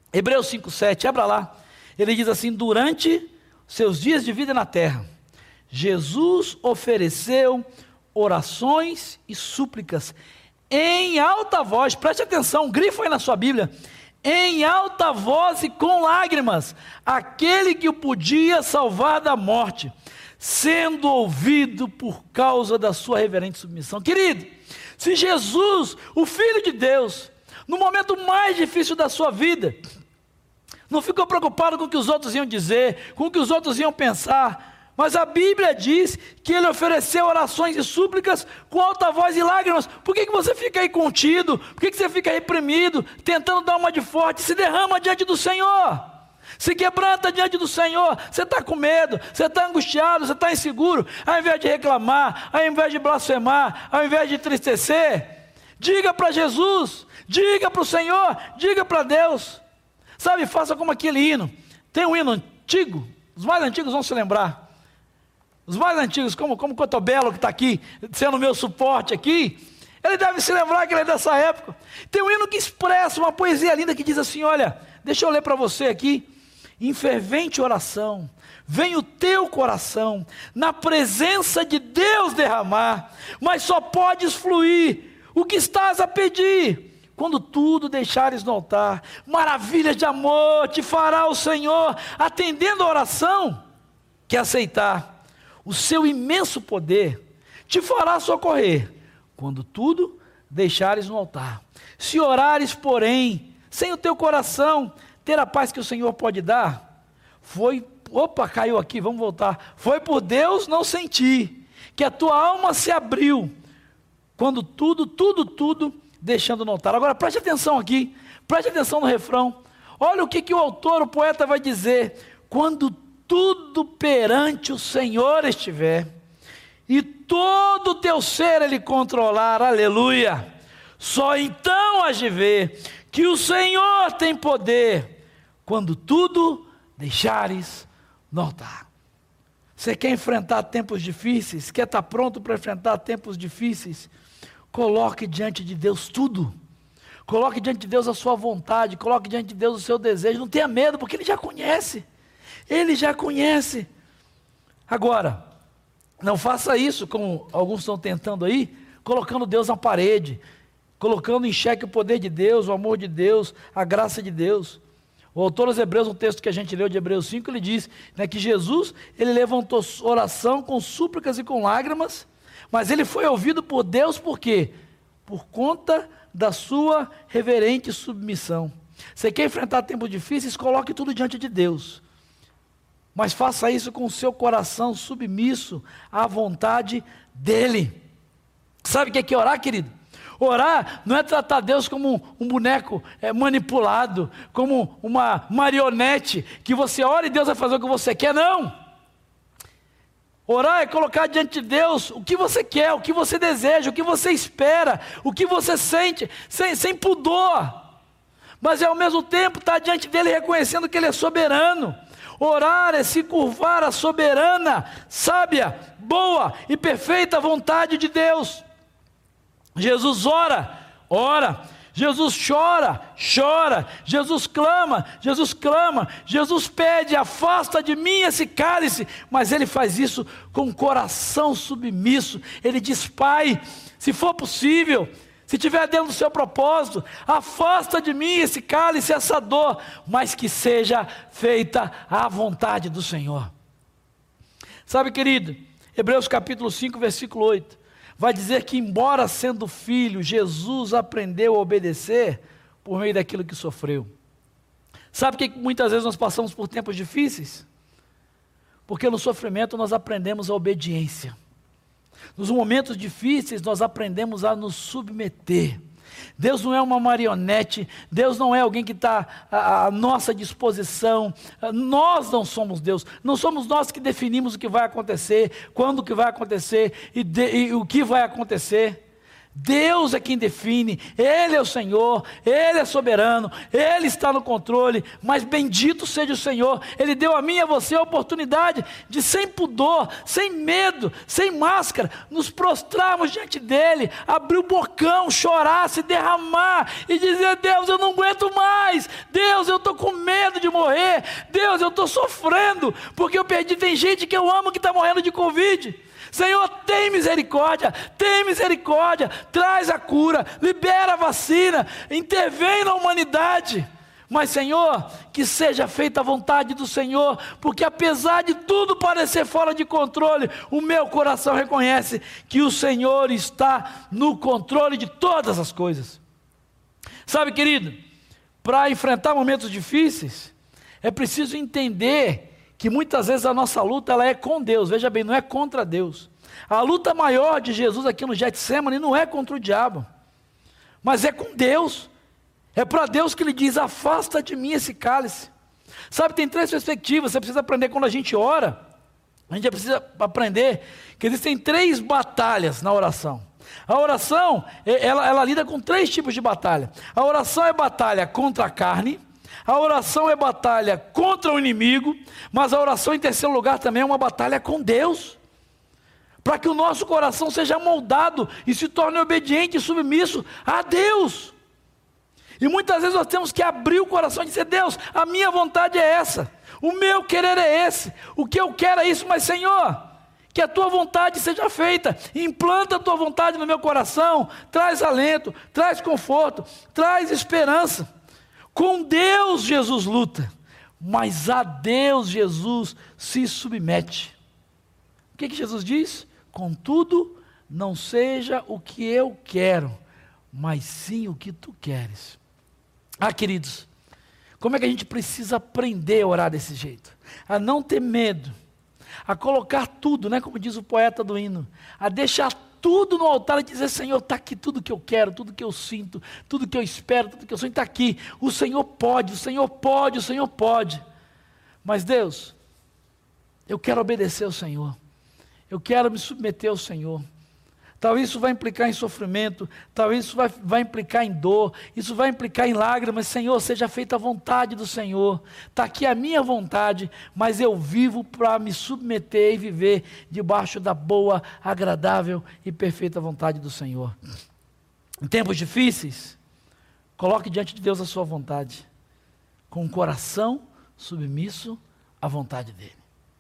Hebreus 5,7, abra lá. Ele diz assim: durante seus dias de vida na terra, Jesus ofereceu orações e súplicas em alta voz, preste atenção, grifa aí na sua Bíblia, em alta voz e com lágrimas, aquele que o podia salvar da morte, sendo ouvido por causa da sua reverente submissão. Querido, se Jesus, o Filho de Deus, no momento mais difícil da sua vida, não ficou preocupado com o que os outros iam dizer, com o que os outros iam pensar, mas a Bíblia diz que ele ofereceu orações e súplicas com alta voz e lágrimas. Por que você fica aí contido? Por que você fica reprimido, tentando dar uma de forte? Se derrama diante do Senhor, se quebranta diante do Senhor. Você está com medo, você está angustiado, você está inseguro. Ao invés de reclamar, ao invés de blasfemar, ao invés de entristecer, diga para Jesus, diga para o Senhor, diga para Deus. Sabe, faça como aquele hino. Tem um hino antigo, os mais antigos vão se lembrar. Os mais antigos, como o Cotobelo, que está aqui, sendo meu suporte aqui, ele deve se lembrar que ele é dessa época. Tem um hino que expressa uma poesia linda que diz assim, olha, deixa eu ler para você aqui. Em fervente oração, vem o teu coração, na presença de Deus derramar, mas só podes fluir o que estás a pedir, quando tudo deixares no altar. Maravilhas de amor te fará o Senhor, atendendo a oração que aceitar. O seu imenso poder te fará socorrer, quando tudo deixares no altar. Se orares, porém, sem o teu coração ter a paz que o Senhor pode dar, caiu aqui, vamos voltar. Foi por Deus não sentir, que a tua alma se abriu, quando tudo deixando no altar. Agora preste atenção aqui, preste atenção no refrão. Olha o que o autor, o poeta vai dizer: quando tudo perante o Senhor estiver, e todo o teu ser Ele controlar, aleluia, só então hás de ver que o Senhor tem poder, quando tudo deixares no altar. Você quer enfrentar tempos difíceis? Quer estar pronto para enfrentar tempos difíceis? Coloque diante de Deus tudo. Coloque diante de Deus a sua vontade, coloque diante de Deus o seu desejo. Não tenha medo, porque Ele já conhece. Ele já conhece. Agora, não faça isso como alguns estão tentando aí, colocando Deus na parede, colocando em xeque o poder de Deus, o amor de Deus, a graça de Deus. O autor aos Hebreus, no texto que a gente leu de Hebreus 5, ele diz, né, que Jesus, ele levantou oração com súplicas e com lágrimas, mas ele foi ouvido por Deus, por quê? Por conta da sua reverente submissão. Você quer enfrentar tempos difíceis? Coloque tudo diante de Deus. Mas faça isso com o seu coração submisso à vontade dEle. Sabe o que é orar, querido? Orar não é tratar Deus como um boneco manipulado, como uma marionete, que você ora e Deus vai fazer o que você quer, não. Orar é colocar diante de Deus o que você quer, o que você deseja, o que você espera, o que você sente, sem pudor. Mas ao mesmo tempo estar diante dEle reconhecendo que Ele é soberano. Orar é se curvar à soberana, sábia, boa e perfeita vontade de Deus. Jesus ora. Jesus chora. Jesus clama. Jesus pede, afasta de mim esse cálice. Mas Ele faz isso com o coração submisso. Ele diz, Pai, se for possível, se estiver dentro do seu propósito, afasta de mim esse cálice, essa dor, mas que seja feita a vontade do Senhor. Sabe, querido, Hebreus capítulo 5, versículo 8, vai dizer que embora sendo filho, Jesus aprendeu a obedecer por meio daquilo que sofreu. Sabe que muitas vezes nós passamos por tempos difíceis? Porque no sofrimento nós aprendemos a obediência. Nos momentos difíceis nós aprendemos a nos submeter. Deus não é uma marionete, Deus não é alguém que está à nossa disposição. Nós não somos Deus, não somos nós que definimos o que vai acontecer, quando que vai acontecer e o que vai acontecer. Deus é quem define, Ele é o Senhor, Ele é soberano, Ele está no controle, mas bendito seja o Senhor, Ele deu a mim e a você a oportunidade de sem pudor, sem medo, sem máscara, nos prostrarmos diante dEle, abrir o bocão, chorar, se derramar e dizer: Deus, eu não aguento mais, Deus, eu estou com medo de morrer, Deus, eu estou sofrendo, porque eu perdi, tem gente que eu amo que está morrendo de Covid. Senhor, tem misericórdia, traz a cura, libera a vacina, intervém na humanidade. Mas Senhor, que seja feita a vontade do Senhor, porque apesar de tudo parecer fora de controle, o meu coração reconhece que o Senhor está no controle de todas as coisas. Sabe, querido, para enfrentar momentos difíceis, é preciso entender que muitas vezes a nossa luta ela é com Deus, veja bem, não é contra Deus. A luta maior de Jesus aqui no Getsemane não é contra o diabo, mas é com Deus. É para Deus que Ele diz: afasta de mim esse cálice. Sabe, tem 3 perspectivas, você precisa aprender quando a gente ora, a gente precisa aprender que existem 3 batalhas na oração. A oração, ela lida com 3 tipos de batalha. A oração é batalha contra a carne, a oração é batalha contra o inimigo, mas a oração, em terceiro lugar, também é uma batalha com Deus, para que o nosso coração seja moldado e se torne obediente e submisso a Deus. E muitas vezes nós temos que abrir o coração e dizer: Deus, a minha vontade é essa, o meu querer é esse, o que eu quero é isso, mas Senhor, que a Tua vontade seja feita, implanta a Tua vontade no meu coração, traz alento, traz conforto, traz esperança. Com Deus Jesus luta, mas a Deus Jesus se submete. O que Jesus diz? Contudo, não seja o que eu quero, mas sim o que Tu queres. Queridos, como é que a gente precisa aprender a orar desse jeito? A não ter medo, a colocar tudo, né, como diz o poeta do hino, a deixar tudo no altar e dizer: Senhor, está aqui tudo que eu quero, tudo que eu sinto, tudo que eu espero, tudo que eu sonho está aqui. O Senhor pode, o Senhor pode, o Senhor pode. Mas Deus, eu quero obedecer ao Senhor, eu quero me submeter ao Senhor. Talvez isso vai implicar em sofrimento, talvez isso vai implicar em dor, isso vai implicar em lágrimas. Senhor, seja feita a vontade do Senhor. Está aqui a minha vontade, mas eu vivo para me submeter e viver debaixo da boa, agradável e perfeita vontade do Senhor. Em tempos difíceis, coloque diante de Deus a sua vontade, com o coração submisso à vontade dEle.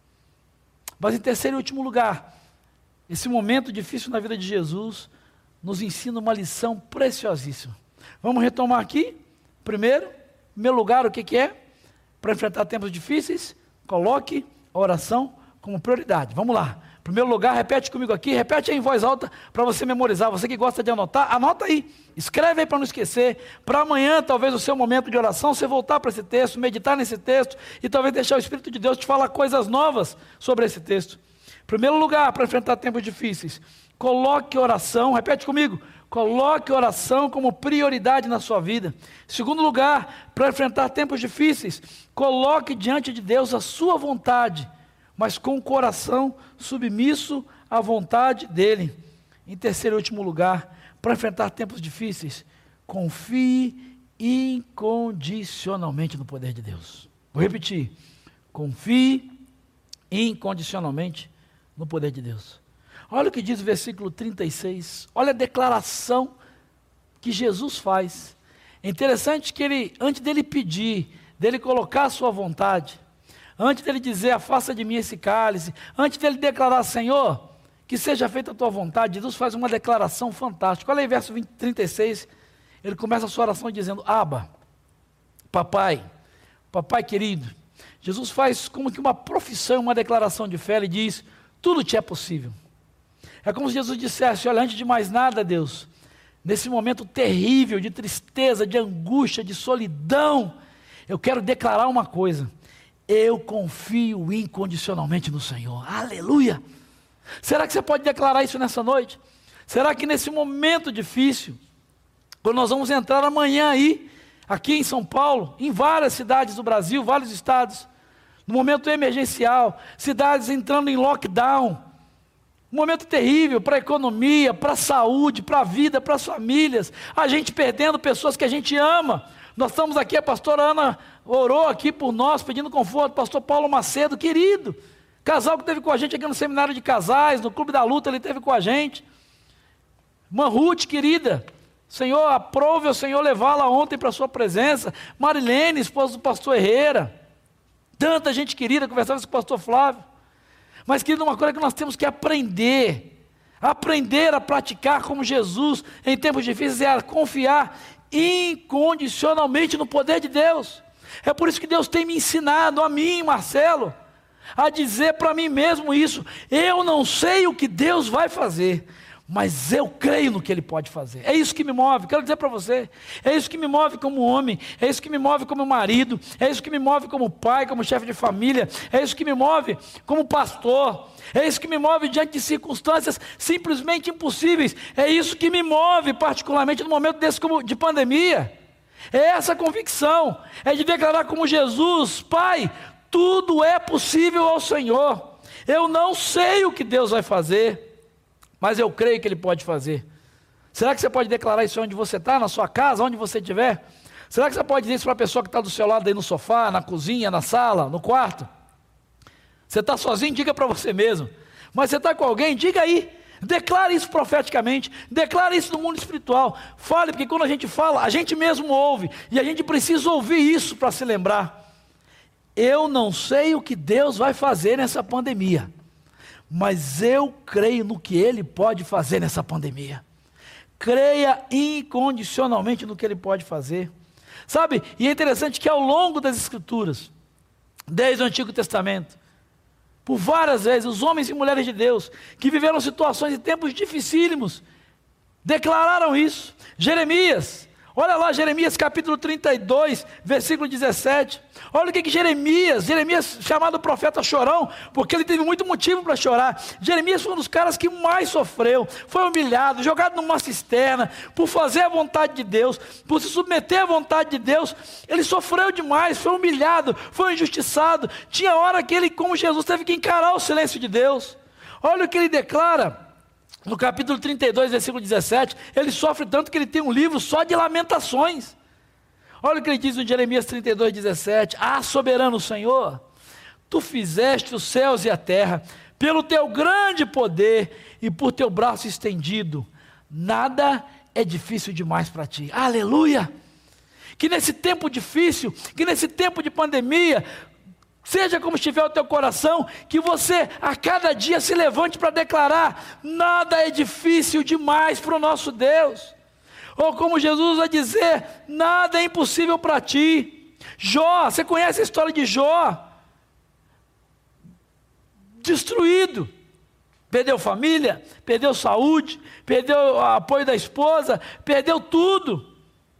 Mas em terceiro e último lugar, esse momento difícil na vida de Jesus nos ensina uma lição preciosíssima. Vamos retomar aqui. Primeiro lugar, o que é? Para enfrentar tempos difíceis, coloque a oração como prioridade. Vamos lá. Primeiro lugar, repete comigo aqui, repete aí em voz alta para você memorizar. Você que gosta de anotar, anota aí. Escreve aí para não esquecer. Para amanhã, talvez o seu momento de oração, você voltar para esse texto, meditar nesse texto e talvez deixar o Espírito de Deus te falar coisas novas sobre esse texto. Primeiro lugar, para enfrentar tempos difíceis, coloque oração, repete comigo, coloque oração como prioridade na sua vida. Segundo lugar, para enfrentar tempos difíceis, coloque diante de Deus a sua vontade, mas com o coração submisso à vontade dEle. Em terceiro e último lugar, para enfrentar tempos difíceis, confie incondicionalmente no poder de Deus. Vou repetir, confie incondicionalmente no poder de Deus. Olha o que diz o versículo 36, olha a declaração que Jesus faz. É interessante que ele, antes dele pedir, dele colocar a sua vontade, antes dele dizer: afasta de mim esse cálice, antes dele declarar: Senhor, que seja feita a tua vontade, Jesus faz uma declaração fantástica. Olha aí verso 36, ele começa a sua oração dizendo: Abba, papai querido. Jesus faz como que uma profissão, uma declaração de fé. Ele diz: tudo te é possível. É como se Jesus dissesse: olha, antes de mais nada, Deus, nesse momento terrível de tristeza, de angústia, de solidão, eu quero declarar uma coisa: eu confio incondicionalmente no Senhor. Aleluia! Será que você pode declarar isso nessa noite? Será que nesse momento difícil, quando nós vamos entrar amanhã aí, aqui em São Paulo, em várias cidades do Brasil, vários estados, no momento emergencial, cidades entrando em lockdown, Um momento terrível para a economia, para a saúde, para a vida, para as famílias. A gente perdendo pessoas que a gente ama. Nós estamos aqui, a pastora Ana orou aqui por nós, pedindo conforto. Pastor Paulo Macedo, querido, casal que esteve com a gente aqui no seminário de casais, no Clube da Luta, ele esteve com a gente. Irmã Ruth, querida, Senhor, aprove o Senhor levá-la ontem para a sua presença. Marilene, esposa do pastor Herrera. Tanta gente querida, conversava com o pastor Flávio. Mas, querido, uma coisa que nós temos que aprender a praticar como Jesus em tempos difíceis, é a confiar incondicionalmente no poder de Deus. É por isso que Deus tem me ensinado, a mim, Marcelo, a dizer para mim mesmo isso: eu não sei o que Deus vai fazer, mas eu creio no que Ele pode fazer. É isso que me move, quero dizer para você, é isso que me move como homem, é isso que me move como marido, é isso que me move como pai, como chefe de família, é isso que me move como pastor, é isso que me move diante de circunstâncias simplesmente impossíveis, é isso que me move particularmente no momento desse de pandemia, é essa convicção, é de declarar como Jesus: Pai, tudo é possível ao Senhor. Eu não sei o que Deus vai fazer, mas eu creio que Ele pode fazer. Será que você pode declarar isso onde você está, na sua casa, onde você estiver? Será que você pode dizer isso para a pessoa que está do seu lado aí no sofá, na cozinha, na sala, no quarto? Você está sozinho? Diga para você mesmo. Mas você está com alguém? Diga aí. Declare isso profeticamente, declare isso no mundo espiritual. Fale, porque quando a gente fala, a gente mesmo ouve, e a gente precisa ouvir isso para se lembrar. Eu não sei o que Deus vai fazer nessa pandemia, mas eu creio no que Ele pode fazer nessa pandemia. Creia incondicionalmente no que Ele pode fazer. Sabe, e é interessante que ao longo das Escrituras, desde o Antigo Testamento, por várias vezes, os homens e mulheres de Deus, que viveram situações e tempos dificílimos, declararam isso. Jeremias, olha lá, Jeremias capítulo 32, versículo 17, olha o que Jeremias, chamado profeta chorão, porque ele teve muito motivo para chorar. Jeremias foi um dos caras que mais sofreu, foi humilhado, jogado numa cisterna, por fazer a vontade de Deus, por se submeter à vontade de Deus. Ele sofreu demais, foi humilhado, foi injustiçado. Tinha hora que ele, como Jesus, teve que encarar o silêncio de Deus. Olha o que ele declara no capítulo 32, versículo 17, ele sofre tanto que ele tem um livro só de lamentações. Olha o que ele diz no Jeremias 32, 17, Ah, soberano Senhor, Tu fizeste os céus e a terra, pelo Teu grande poder e por Teu braço estendido, nada é difícil demais para Ti. Aleluia! Que nesse tempo difícil, que nesse tempo de pandemia, seja como estiver o teu coração, que você a cada dia se levante para declarar: nada é difícil demais para o nosso Deus. Ou como Jesus vai dizer: nada é impossível para ti. Jó, você conhece a história de Jó? Destruído, perdeu família, perdeu saúde, perdeu o apoio da esposa, perdeu tudo.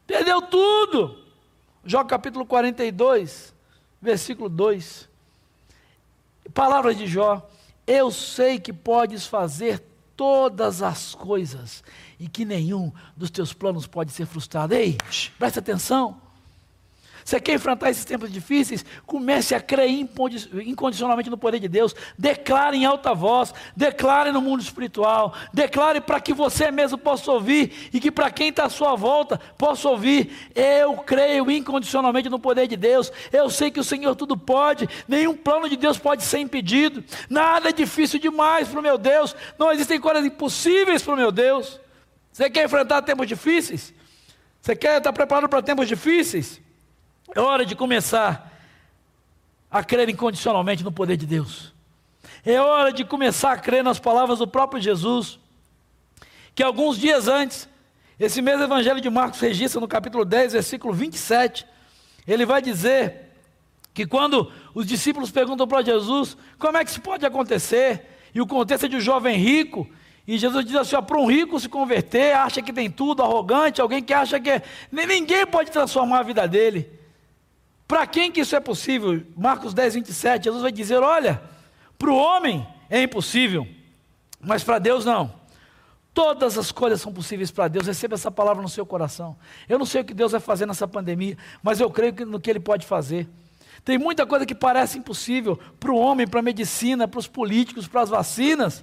Jó capítulo 42, versículo 2, palavras de Jó: eu sei que podes fazer todas as coisas e que nenhum dos teus planos pode ser frustrado. Ei, presta atenção. Você quer enfrentar esses tempos difíceis? Comece a crer incondicionalmente no poder de Deus. Declare em alta voz, declare no mundo espiritual, declare para que você mesmo possa ouvir e que para quem está à sua volta possa ouvir. Eu creio incondicionalmente no poder de Deus. Eu sei que o Senhor tudo pode, nenhum plano de Deus pode ser impedido. Nada é difícil demais para o meu Deus, não existem coisas impossíveis para o meu Deus. Você quer enfrentar tempos difíceis? Você quer estar preparado para tempos difíceis? É hora de começar a crer incondicionalmente no poder de Deus. É hora de começar a crer nas palavras do próprio Jesus, que alguns dias antes, esse mesmo Evangelho de Marcos registra no capítulo 10, versículo 27, ele vai dizer que quando os discípulos perguntam para Jesus, como é que isso pode acontecer? E o contexto é de um jovem rico, e Jesus diz assim: para um rico se converter, acha que tem tudo, arrogante, alguém que acha que ninguém pode transformar a vida dele. Para quem que isso é possível? Marcos 10, 27, Jesus vai dizer: olha, para o homem é impossível, mas para Deus não. Todas as coisas são possíveis para Deus. Receba essa palavra no seu coração. Eu não sei o que Deus vai fazer nessa pandemia, mas eu creio no que Ele pode fazer. Tem muita coisa que parece impossível para o homem, para a medicina, para os políticos, para as vacinas.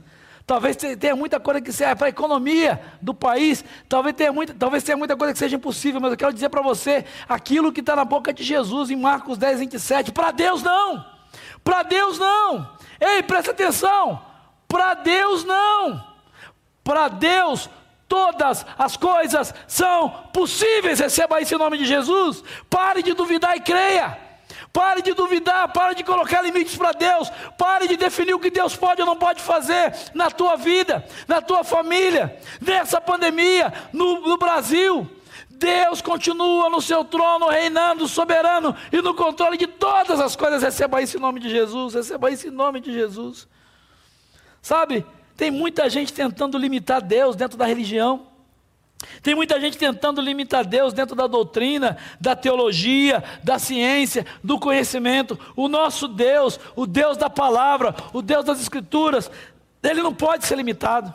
Talvez tenha muita coisa que seja para a economia do país, talvez tenha muita coisa que seja impossível, mas eu quero dizer para você, aquilo que está na boca de Jesus em Marcos 10, 27, para Deus não, para Deus não, ei, presta atenção, para Deus não, para Deus todas as coisas são possíveis. Receba isso em nome de Jesus. Pare de duvidar e creia. Pare de duvidar, pare de colocar limites para Deus, pare de definir o que Deus pode ou não pode fazer na tua vida, na tua família, nessa pandemia, no Brasil. Deus continua no seu trono, reinando, soberano e no controle de todas as coisas. Receba isso em nome de Jesus, receba isso em nome de Jesus. Sabe, tem muita gente tentando limitar Deus dentro da religião. Tem muita gente tentando limitar Deus dentro da doutrina, da teologia, da ciência, do conhecimento. O nosso Deus, o Deus da palavra, o Deus das escrituras, Ele não pode ser limitado.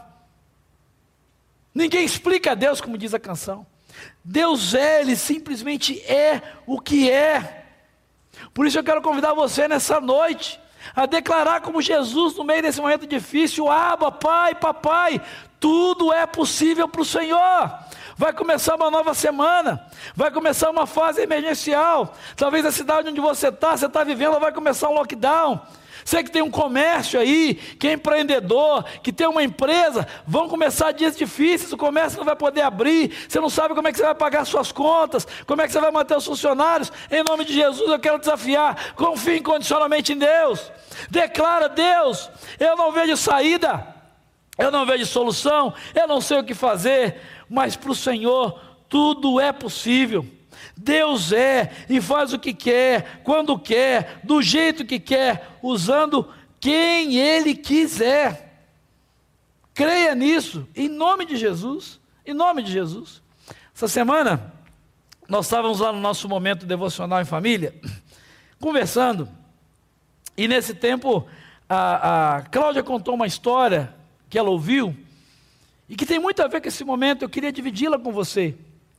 Ninguém explica a Deus como diz a canção. Deus Ele simplesmente é o que é. Por isso eu quero convidar você nessa noite a declarar como Jesus no meio desse momento difícil: Abba, Pai, Papai, tudo é possível para o Senhor. Vai começar uma nova semana, vai começar uma fase emergencial. Talvez a cidade onde você está vivendo, vai começar um lockdown. Você que tem um comércio aí, que é empreendedor, que tem uma empresa, vão começar dias difíceis, o comércio não vai poder abrir, você não sabe como é que você vai pagar suas contas, como é que você vai manter os funcionários. Em nome de Jesus eu quero desafiar: confie incondicionalmente em Deus. Declara: Deus, eu não vejo saída, eu não vejo solução, eu não sei o que fazer, mas para o Senhor tudo é possível. Deus é e faz o que quer, quando quer, do jeito que quer, usando quem Ele quiser. Creia nisso, em nome de Jesus, em nome de Jesus. Essa semana, nós estávamos lá no nosso momento devocional em família, conversando, e nesse tempo, a Cláudia contou uma história que ela ouviu, e que tem muito a ver com esse momento. Eu queria dividi-la com você.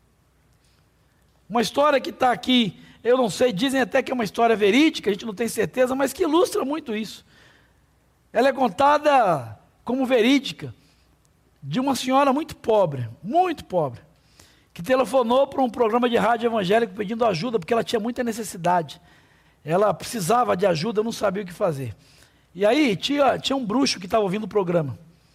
Uma história que está aqui, eu não sei, dizem até que é uma história verídica, a gente não tem certeza, mas que ilustra muito isso. Ela é contada como verídica, de uma senhora muito pobre, que telefonou para um programa de rádio evangélico pedindo ajuda, porque ela tinha muita necessidade. Ela precisava de ajuda, não sabia o que fazer. E aí tinha um bruxo que estava ouvindo o programa.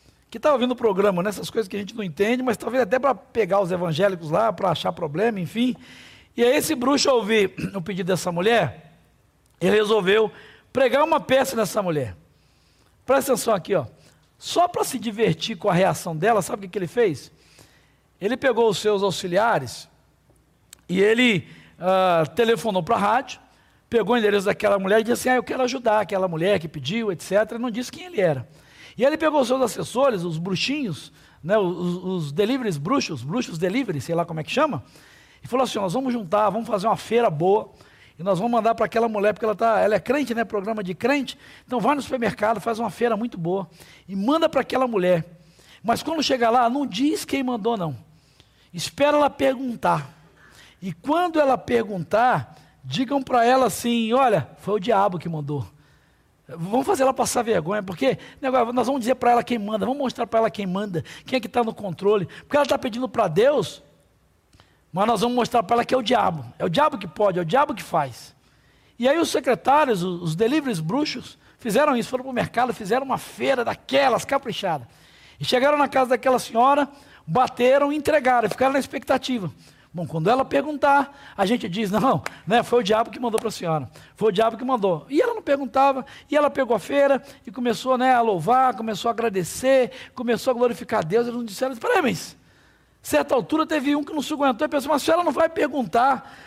Nessas coisas que a gente não entende, mas talvez até para pegar os evangélicos lá, para achar problema, enfim. E aí esse bruxo, ao ouvir o pedido dessa mulher, ele resolveu pregar uma peça nessa mulher. Presta atenção aqui, ó. Só para se divertir com a reação dela, sabe o que ele fez? Ele pegou os seus auxiliares e ele telefonou para a rádio, pegou o endereço daquela mulher e disse assim: eu quero ajudar aquela mulher que pediu, etc. E não disse quem ele era. E ele pegou os seus assessores, os bruxinhos, né, os deliveries bruxos delivery, sei lá como é que chama, e falou assim: nós vamos juntar, vamos fazer uma feira boa, e nós vamos mandar para aquela mulher, porque ela é crente, né, programa de crente, então vai no supermercado, faz uma feira muito boa, e manda para aquela mulher. Mas quando chegar lá, não diz quem mandou não, espera ela perguntar, e quando ela perguntar, digam para ela assim: olha, foi o diabo que mandou. Vamos fazer ela passar vergonha, porque nós vamos dizer para ela quem manda, vamos mostrar para ela quem manda, quem é que está no controle, porque ela está pedindo para Deus, mas nós vamos mostrar para ela que é o diabo que pode, é o diabo que faz. E aí os secretários, os deliveries bruxos, fizeram isso, foram para o mercado, fizeram uma feira daquelas, caprichada, e chegaram na casa daquela senhora, bateram e entregaram, ficaram na expectativa. Bom, quando ela perguntar, a gente diz: não, né, foi o diabo que mandou para a senhora, foi o diabo que mandou. E ela não perguntava, e ela pegou a feira e começou, né, a louvar, começou a agradecer, começou a glorificar a Deus. Eles não disseram: peraí, mas certa altura teve um que não se aguentou e pensou: mas a senhora não vai perguntar,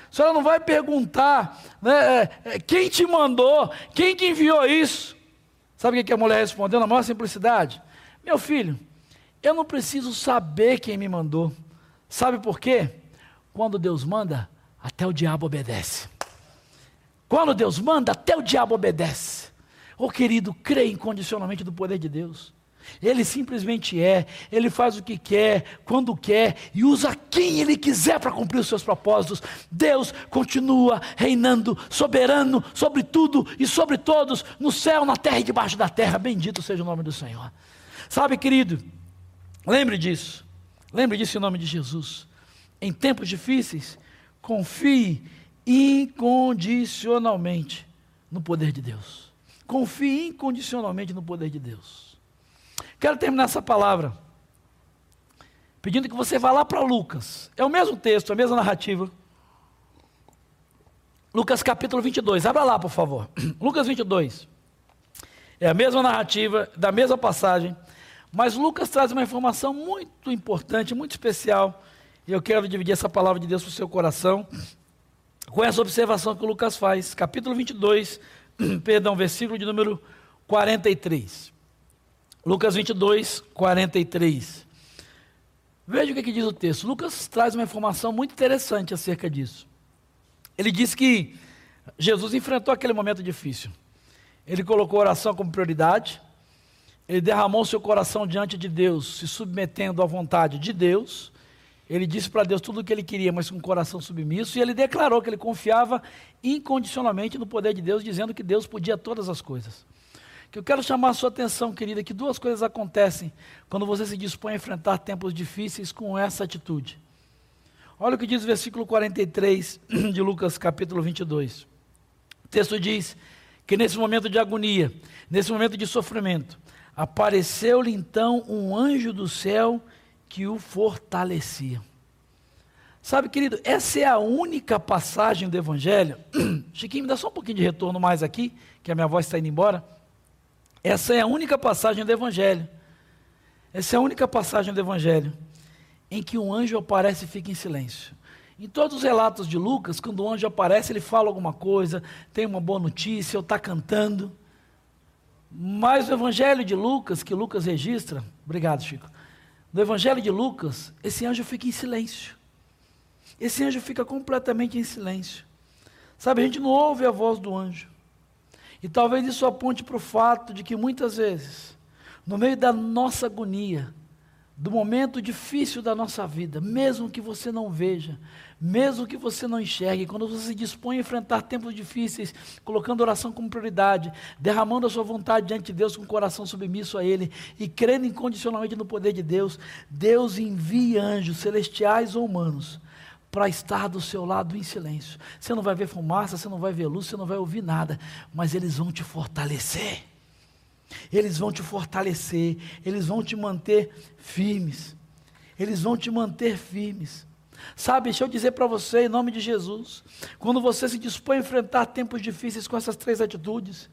né, quem te mandou, quem que enviou isso? Sabe o que a mulher respondeu na maior simplicidade? Meu filho, eu não preciso saber quem me mandou. Sabe por quê? Quando Deus manda, até o diabo obedece. Quando Deus manda, até o diabo obedece. Oh querido, creia incondicionalmente do poder de Deus. Ele simplesmente Ele faz o que quer, quando quer, e usa quem Ele quiser para cumprir os seus propósitos. Deus continua reinando, soberano, sobre tudo e sobre todos, no céu, na terra e debaixo da terra. Bendito seja o nome do Senhor. Sabe, querido, lembre disso em nome de Jesus. Em tempos difíceis, confie incondicionalmente no poder de Deus. Confie incondicionalmente no poder de Deus. Quero terminar essa palavra pedindo que você vá lá para Lucas. É o mesmo texto, a mesma narrativa. Lucas capítulo 22, abra lá por favor. Lucas 22, é a mesma narrativa, da mesma passagem, mas Lucas traz uma informação muito importante, muito especial, e eu quero dividir essa palavra de Deus para o seu coração, com essa observação que o Lucas faz, capítulo 22, versículo de número 43. Lucas 22, 43. Veja o que diz o texto. Lucas traz uma informação muito interessante acerca disso. Ele diz que Jesus enfrentou aquele momento difícil. Ele colocou a oração como prioridade. Ele derramou seu coração diante de Deus, se submetendo à vontade de Deus. Ele disse para Deus tudo o que ele queria, mas com o coração submisso. E ele declarou que ele confiava incondicionalmente no poder de Deus, dizendo que Deus podia todas as coisas. Que eu quero chamar a sua atenção, querida, que duas coisas acontecem quando você se dispõe a enfrentar tempos difíceis com essa atitude. Olha o que diz o versículo 43 de Lucas capítulo 22. O texto diz que nesse momento de agonia, nesse momento de sofrimento, apareceu-lhe então um anjo do céu que o fortalecia. Sabe, querido, essa é a única passagem do Evangelho. Chiquinho, me dá só um pouquinho de retorno mais aqui, que a minha voz está indo embora. Essa é a única passagem do Evangelho. Essa é a única passagem do Evangelho em que um anjo aparece e fica em silêncio. Em todos os relatos de Lucas, quando o anjo aparece, ele fala alguma coisa, tem uma boa notícia, ou está cantando. Mas no Evangelho de Lucas, que Lucas registra, obrigado, Chico. No Evangelho de Lucas, esse anjo fica em silêncio. Esse anjo fica completamente em silêncio. Sabe, a gente não ouve a voz do anjo. E talvez isso aponte para o fato de que muitas vezes, no meio da nossa agonia, do momento difícil da nossa vida, mesmo que você não veja, mesmo que você não enxergue, quando você se dispõe a enfrentar tempos difíceis, colocando oração como prioridade, derramando a sua vontade diante de Deus com o coração submisso a Ele e crendo incondicionalmente no poder de Deus, Deus envia anjos celestiais ou humanos para estar do seu lado em silêncio. Você não vai ver fumaça, você não vai ver luz, você não vai ouvir nada, mas eles vão te fortalecer. Eles vão te fortalecer, eles vão te manter firmes, eles vão te manter firmes. Sabe, deixa eu dizer para você, em nome de Jesus, quando você se dispõe a enfrentar tempos difíceis com essas três atitudes,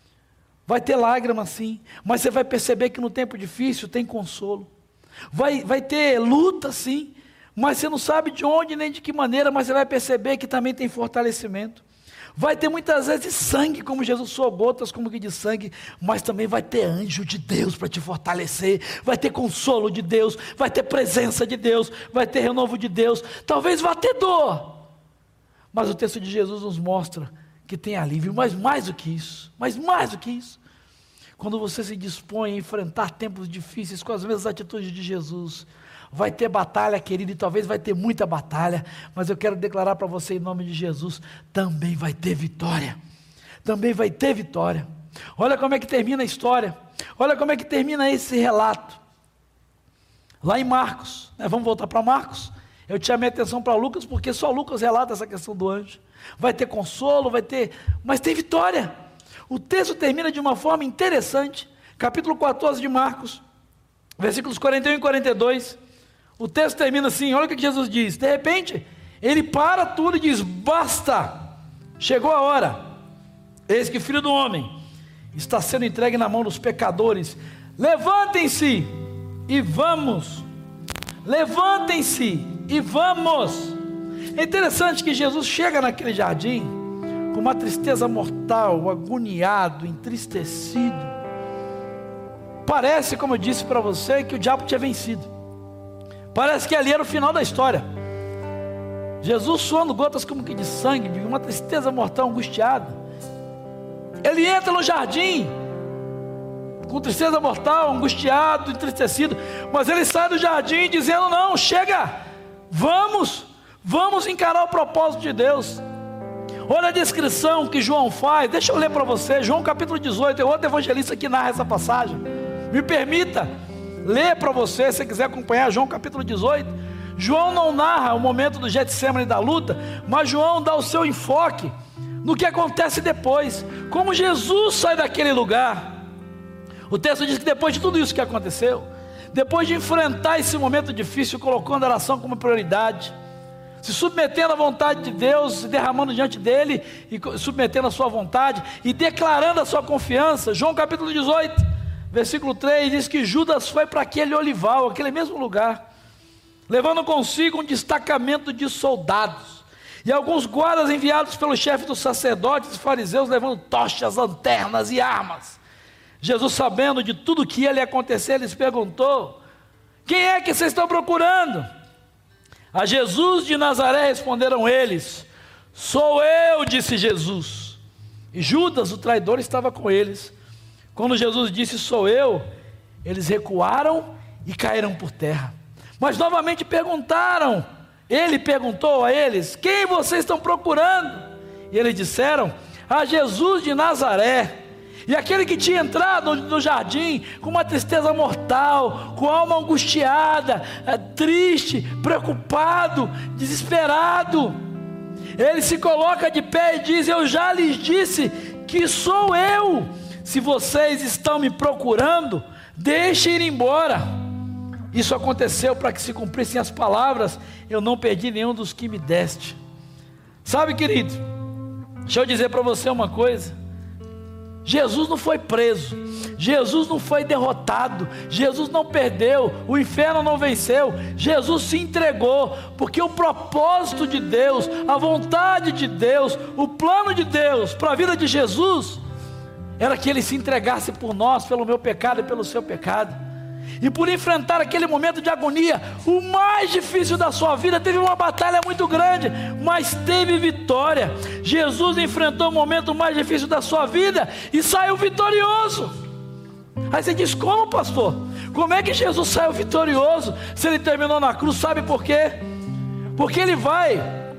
vai ter lágrima sim, mas você vai perceber que no tempo difícil tem consolo. Vai ter luta sim, mas você não sabe de onde nem de que maneira, mas você vai perceber que também tem fortalecimento. Vai ter muitas vezes sangue, como Jesus suou gotas como que de sangue, mas também vai ter anjo de Deus para te fortalecer, vai ter consolo de Deus, vai ter presença de Deus, vai ter renovo de Deus, talvez vá ter dor, mas o texto de Jesus nos mostra que tem alívio, mas mais do que isso, quando você se dispõe a enfrentar tempos difíceis com as mesmas atitudes de Jesus, vai ter batalha, querido, e talvez vai ter muita batalha, mas eu quero declarar para você em nome de Jesus, também vai ter vitória, olha como é que termina a história, olha como é que termina esse relato, lá em Marcos, vamos voltar para Marcos, eu te chamei a atenção para Lucas, porque só Lucas relata essa questão do anjo, vai ter consolo, mas tem vitória, o texto termina de uma forma interessante, capítulo 14 de Marcos, versículos 41 e 42, o texto termina assim, olha o que Jesus diz, de repente, ele para tudo e diz, basta, chegou a hora, eis que o Filho do Homem está sendo entregue na mão dos pecadores, levantem-se e vamos, é interessante que Jesus chega naquele jardim, com uma tristeza mortal, agoniado, entristecido, parece, como eu disse para você, que o diabo tinha vencido, parece que ali era o final da história, Jesus suando gotas como que de sangue, de uma tristeza mortal, angustiado, ele entra no jardim, com tristeza mortal, angustiado, entristecido, mas ele sai do jardim dizendo, não, chega, vamos encarar o propósito de Deus, olha a descrição que João faz, deixa eu ler para você, João capítulo 18, é outro evangelista que narra essa passagem, Me permita ler para você, se você quiser acompanhar João capítulo 18. João não narra o momento do Getsemane da luta, mas João dá o seu enfoque no que acontece depois, como Jesus sai daquele lugar. O texto diz que depois de tudo isso que aconteceu, depois de enfrentar esse momento difícil, colocando a oração como prioridade, se submetendo à vontade de Deus, se derramando diante dele, e submetendo a sua vontade, e declarando a sua confiança, João capítulo 18, versículo 3, diz que Judas foi para aquele olival, aquele mesmo lugar, levando consigo um destacamento de soldados, e alguns guardas enviados pelo chefe dos sacerdotes e fariseus, levando tochas, lanternas e armas. Jesus, sabendo de tudo que ia lhe acontecer, lhes perguntou: quem é que vocês estão procurando? A Jesus de Nazaré responderam eles: sou eu, disse Jesus. E Judas, o traidor, estava com eles. Quando Jesus disse sou eu, eles recuaram e caíram por terra. Mas novamente perguntaram, ele perguntou a eles: quem vocês estão procurando? E eles disseram: a Jesus de Nazaré. E aquele que tinha entrado no jardim com uma tristeza mortal, com a alma angustiada, triste, preocupado, desesperado, ele se coloca de pé e diz: eu já lhes disse que sou eu. Se vocês estão me procurando, deixem ir embora. Isso aconteceu para que se cumprissem as palavras: eu não perdi nenhum dos que me deste. Sabe, querido, deixa eu dizer para você uma coisa. Jesus não foi preso, Jesus não foi derrotado, Jesus não perdeu, o inferno não venceu, Jesus se entregou, porque o propósito de Deus, a vontade de Deus, o plano de Deus para a vida de Jesus, era que Ele se entregasse por nós, pelo meu pecado e pelo seu pecado. E por enfrentar aquele momento de agonia, o mais difícil da sua vida, teve uma batalha muito grande, mas teve vitória. Jesus enfrentou o momento mais difícil da sua vida e saiu vitorioso. Aí você diz: como, pastor? Como é que Jesus saiu vitorioso se Ele terminou na cruz? Sabe por quê? Porque Ele vai,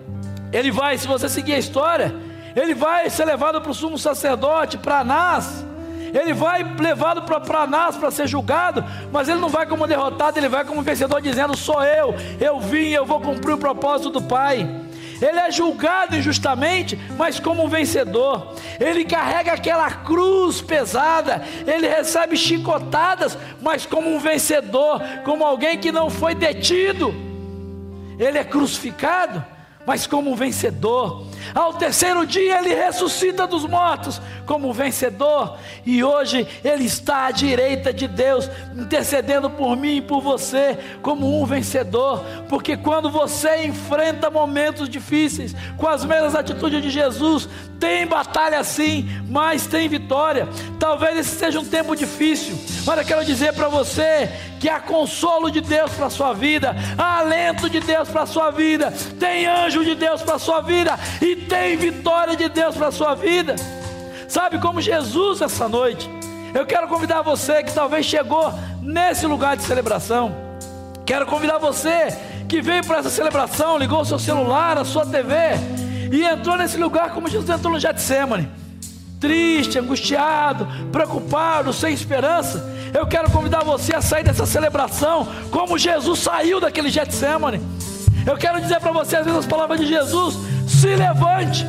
se você seguir a história, Ele vai ser levado para o sumo sacerdote, para Anás. Ele vai levado para Anás para ser julgado, mas ele não vai como derrotado, ele vai como vencedor, dizendo: sou eu vim, eu vou cumprir o propósito do Pai. Ele é julgado injustamente, mas como um vencedor. Ele carrega aquela cruz pesada, ele recebe chicotadas, mas como um vencedor, como alguém que não foi detido. Ele é crucificado, mas como um vencedor. Ao terceiro dia ele ressuscita dos mortos como um vencedor, e hoje ele está à direita de Deus, intercedendo por mim e por você como um vencedor. Porque quando você enfrenta momentos difíceis com as mesmas atitudes de Jesus, tem batalha sim, mas tem vitória. Talvez esse seja um tempo difícil, mas eu quero dizer para você que há consolo de Deus para a sua vida, há alento de Deus para a sua vida, tem anjo de Deus para a sua vida, e tem vitória de Deus para a sua vida. Sabe, como Jesus essa noite, eu quero convidar você que talvez chegou nesse lugar de celebração, quero convidar você que veio para essa celebração, ligou o seu celular, a sua TV, e entrou nesse lugar como Jesus entrou no Getsemane, triste, angustiado, preocupado, sem esperança. Eu quero convidar você a sair dessa celebração como Jesus saiu daquele Getsemane. Eu quero dizer para você as mesmas palavras de Jesus: se levante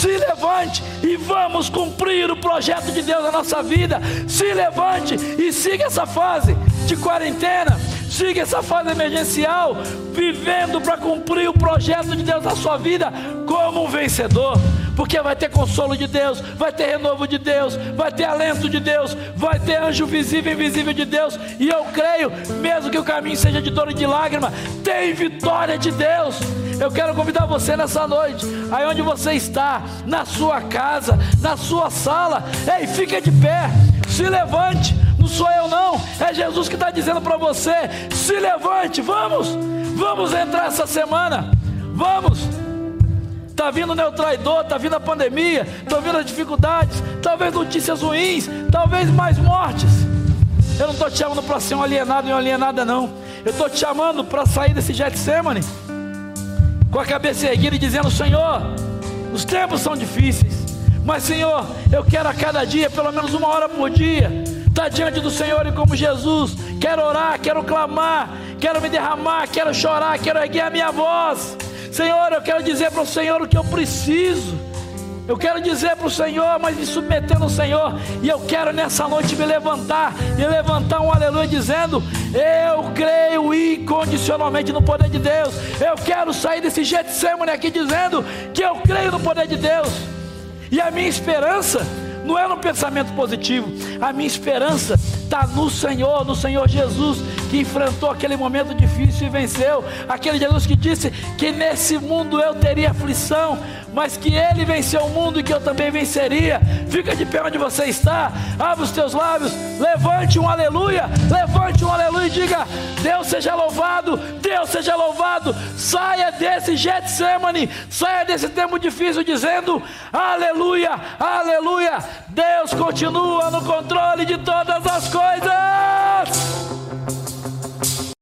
e vamos cumprir o projeto de Deus na nossa vida. Se levante e siga essa fase de quarentena, siga essa fase emergencial, vivendo para cumprir o projeto de Deus na sua vida como um vencedor. Porque vai ter consolo de Deus, vai ter renovo de Deus, vai ter alento de Deus, vai ter anjo visível e invisível de Deus. E eu creio, mesmo que o caminho seja de dor e de lágrima, tem vitória de Deus. Eu quero convidar você nessa noite, aí onde você está, na sua casa, na sua sala, ei, fica de pé, se levante. Não sou eu não, é Jesus que está dizendo para você: se levante, vamos entrar essa semana, vamos. Está vindo o traidor, está vindo a pandemia, estão vindo as dificuldades, talvez notícias ruins, talvez mais mortes. Eu não estou te chamando para ser um alienado e uma alienada não. Eu estou te chamando para sair desse Getsemane com a cabeça erguida e dizendo: Senhor, os tempos são difíceis, mas Senhor, eu quero a cada dia, pelo menos 1 hora por dia, estar diante do Senhor e como Jesus, quero orar, quero clamar, quero me derramar, quero chorar, quero erguer a minha voz. Senhor, eu quero dizer para o Senhor o que eu preciso. Eu quero dizer para o Senhor, mas me submetendo ao Senhor. E eu quero nessa noite me levantar e levantar um aleluia dizendo: eu creio incondicionalmente no poder de Deus. Eu quero sair desse Getsemane aqui dizendo que eu creio no poder de Deus. E a minha esperança não é no pensamento positivo. A minha esperança está no Senhor Jesus, que enfrentou aquele momento difícil e venceu. Aquele Jesus que disse que nesse mundo eu teria aflição, mas que Ele venceu o mundo e que eu também venceria. Fica de pé onde você está, abre os teus lábios, levante um aleluia e diga: Deus seja louvado, Deus seja louvado. Saia desse Getsemane, saia desse tempo difícil dizendo: aleluia, aleluia. Deus continua no controle de todas as coisas.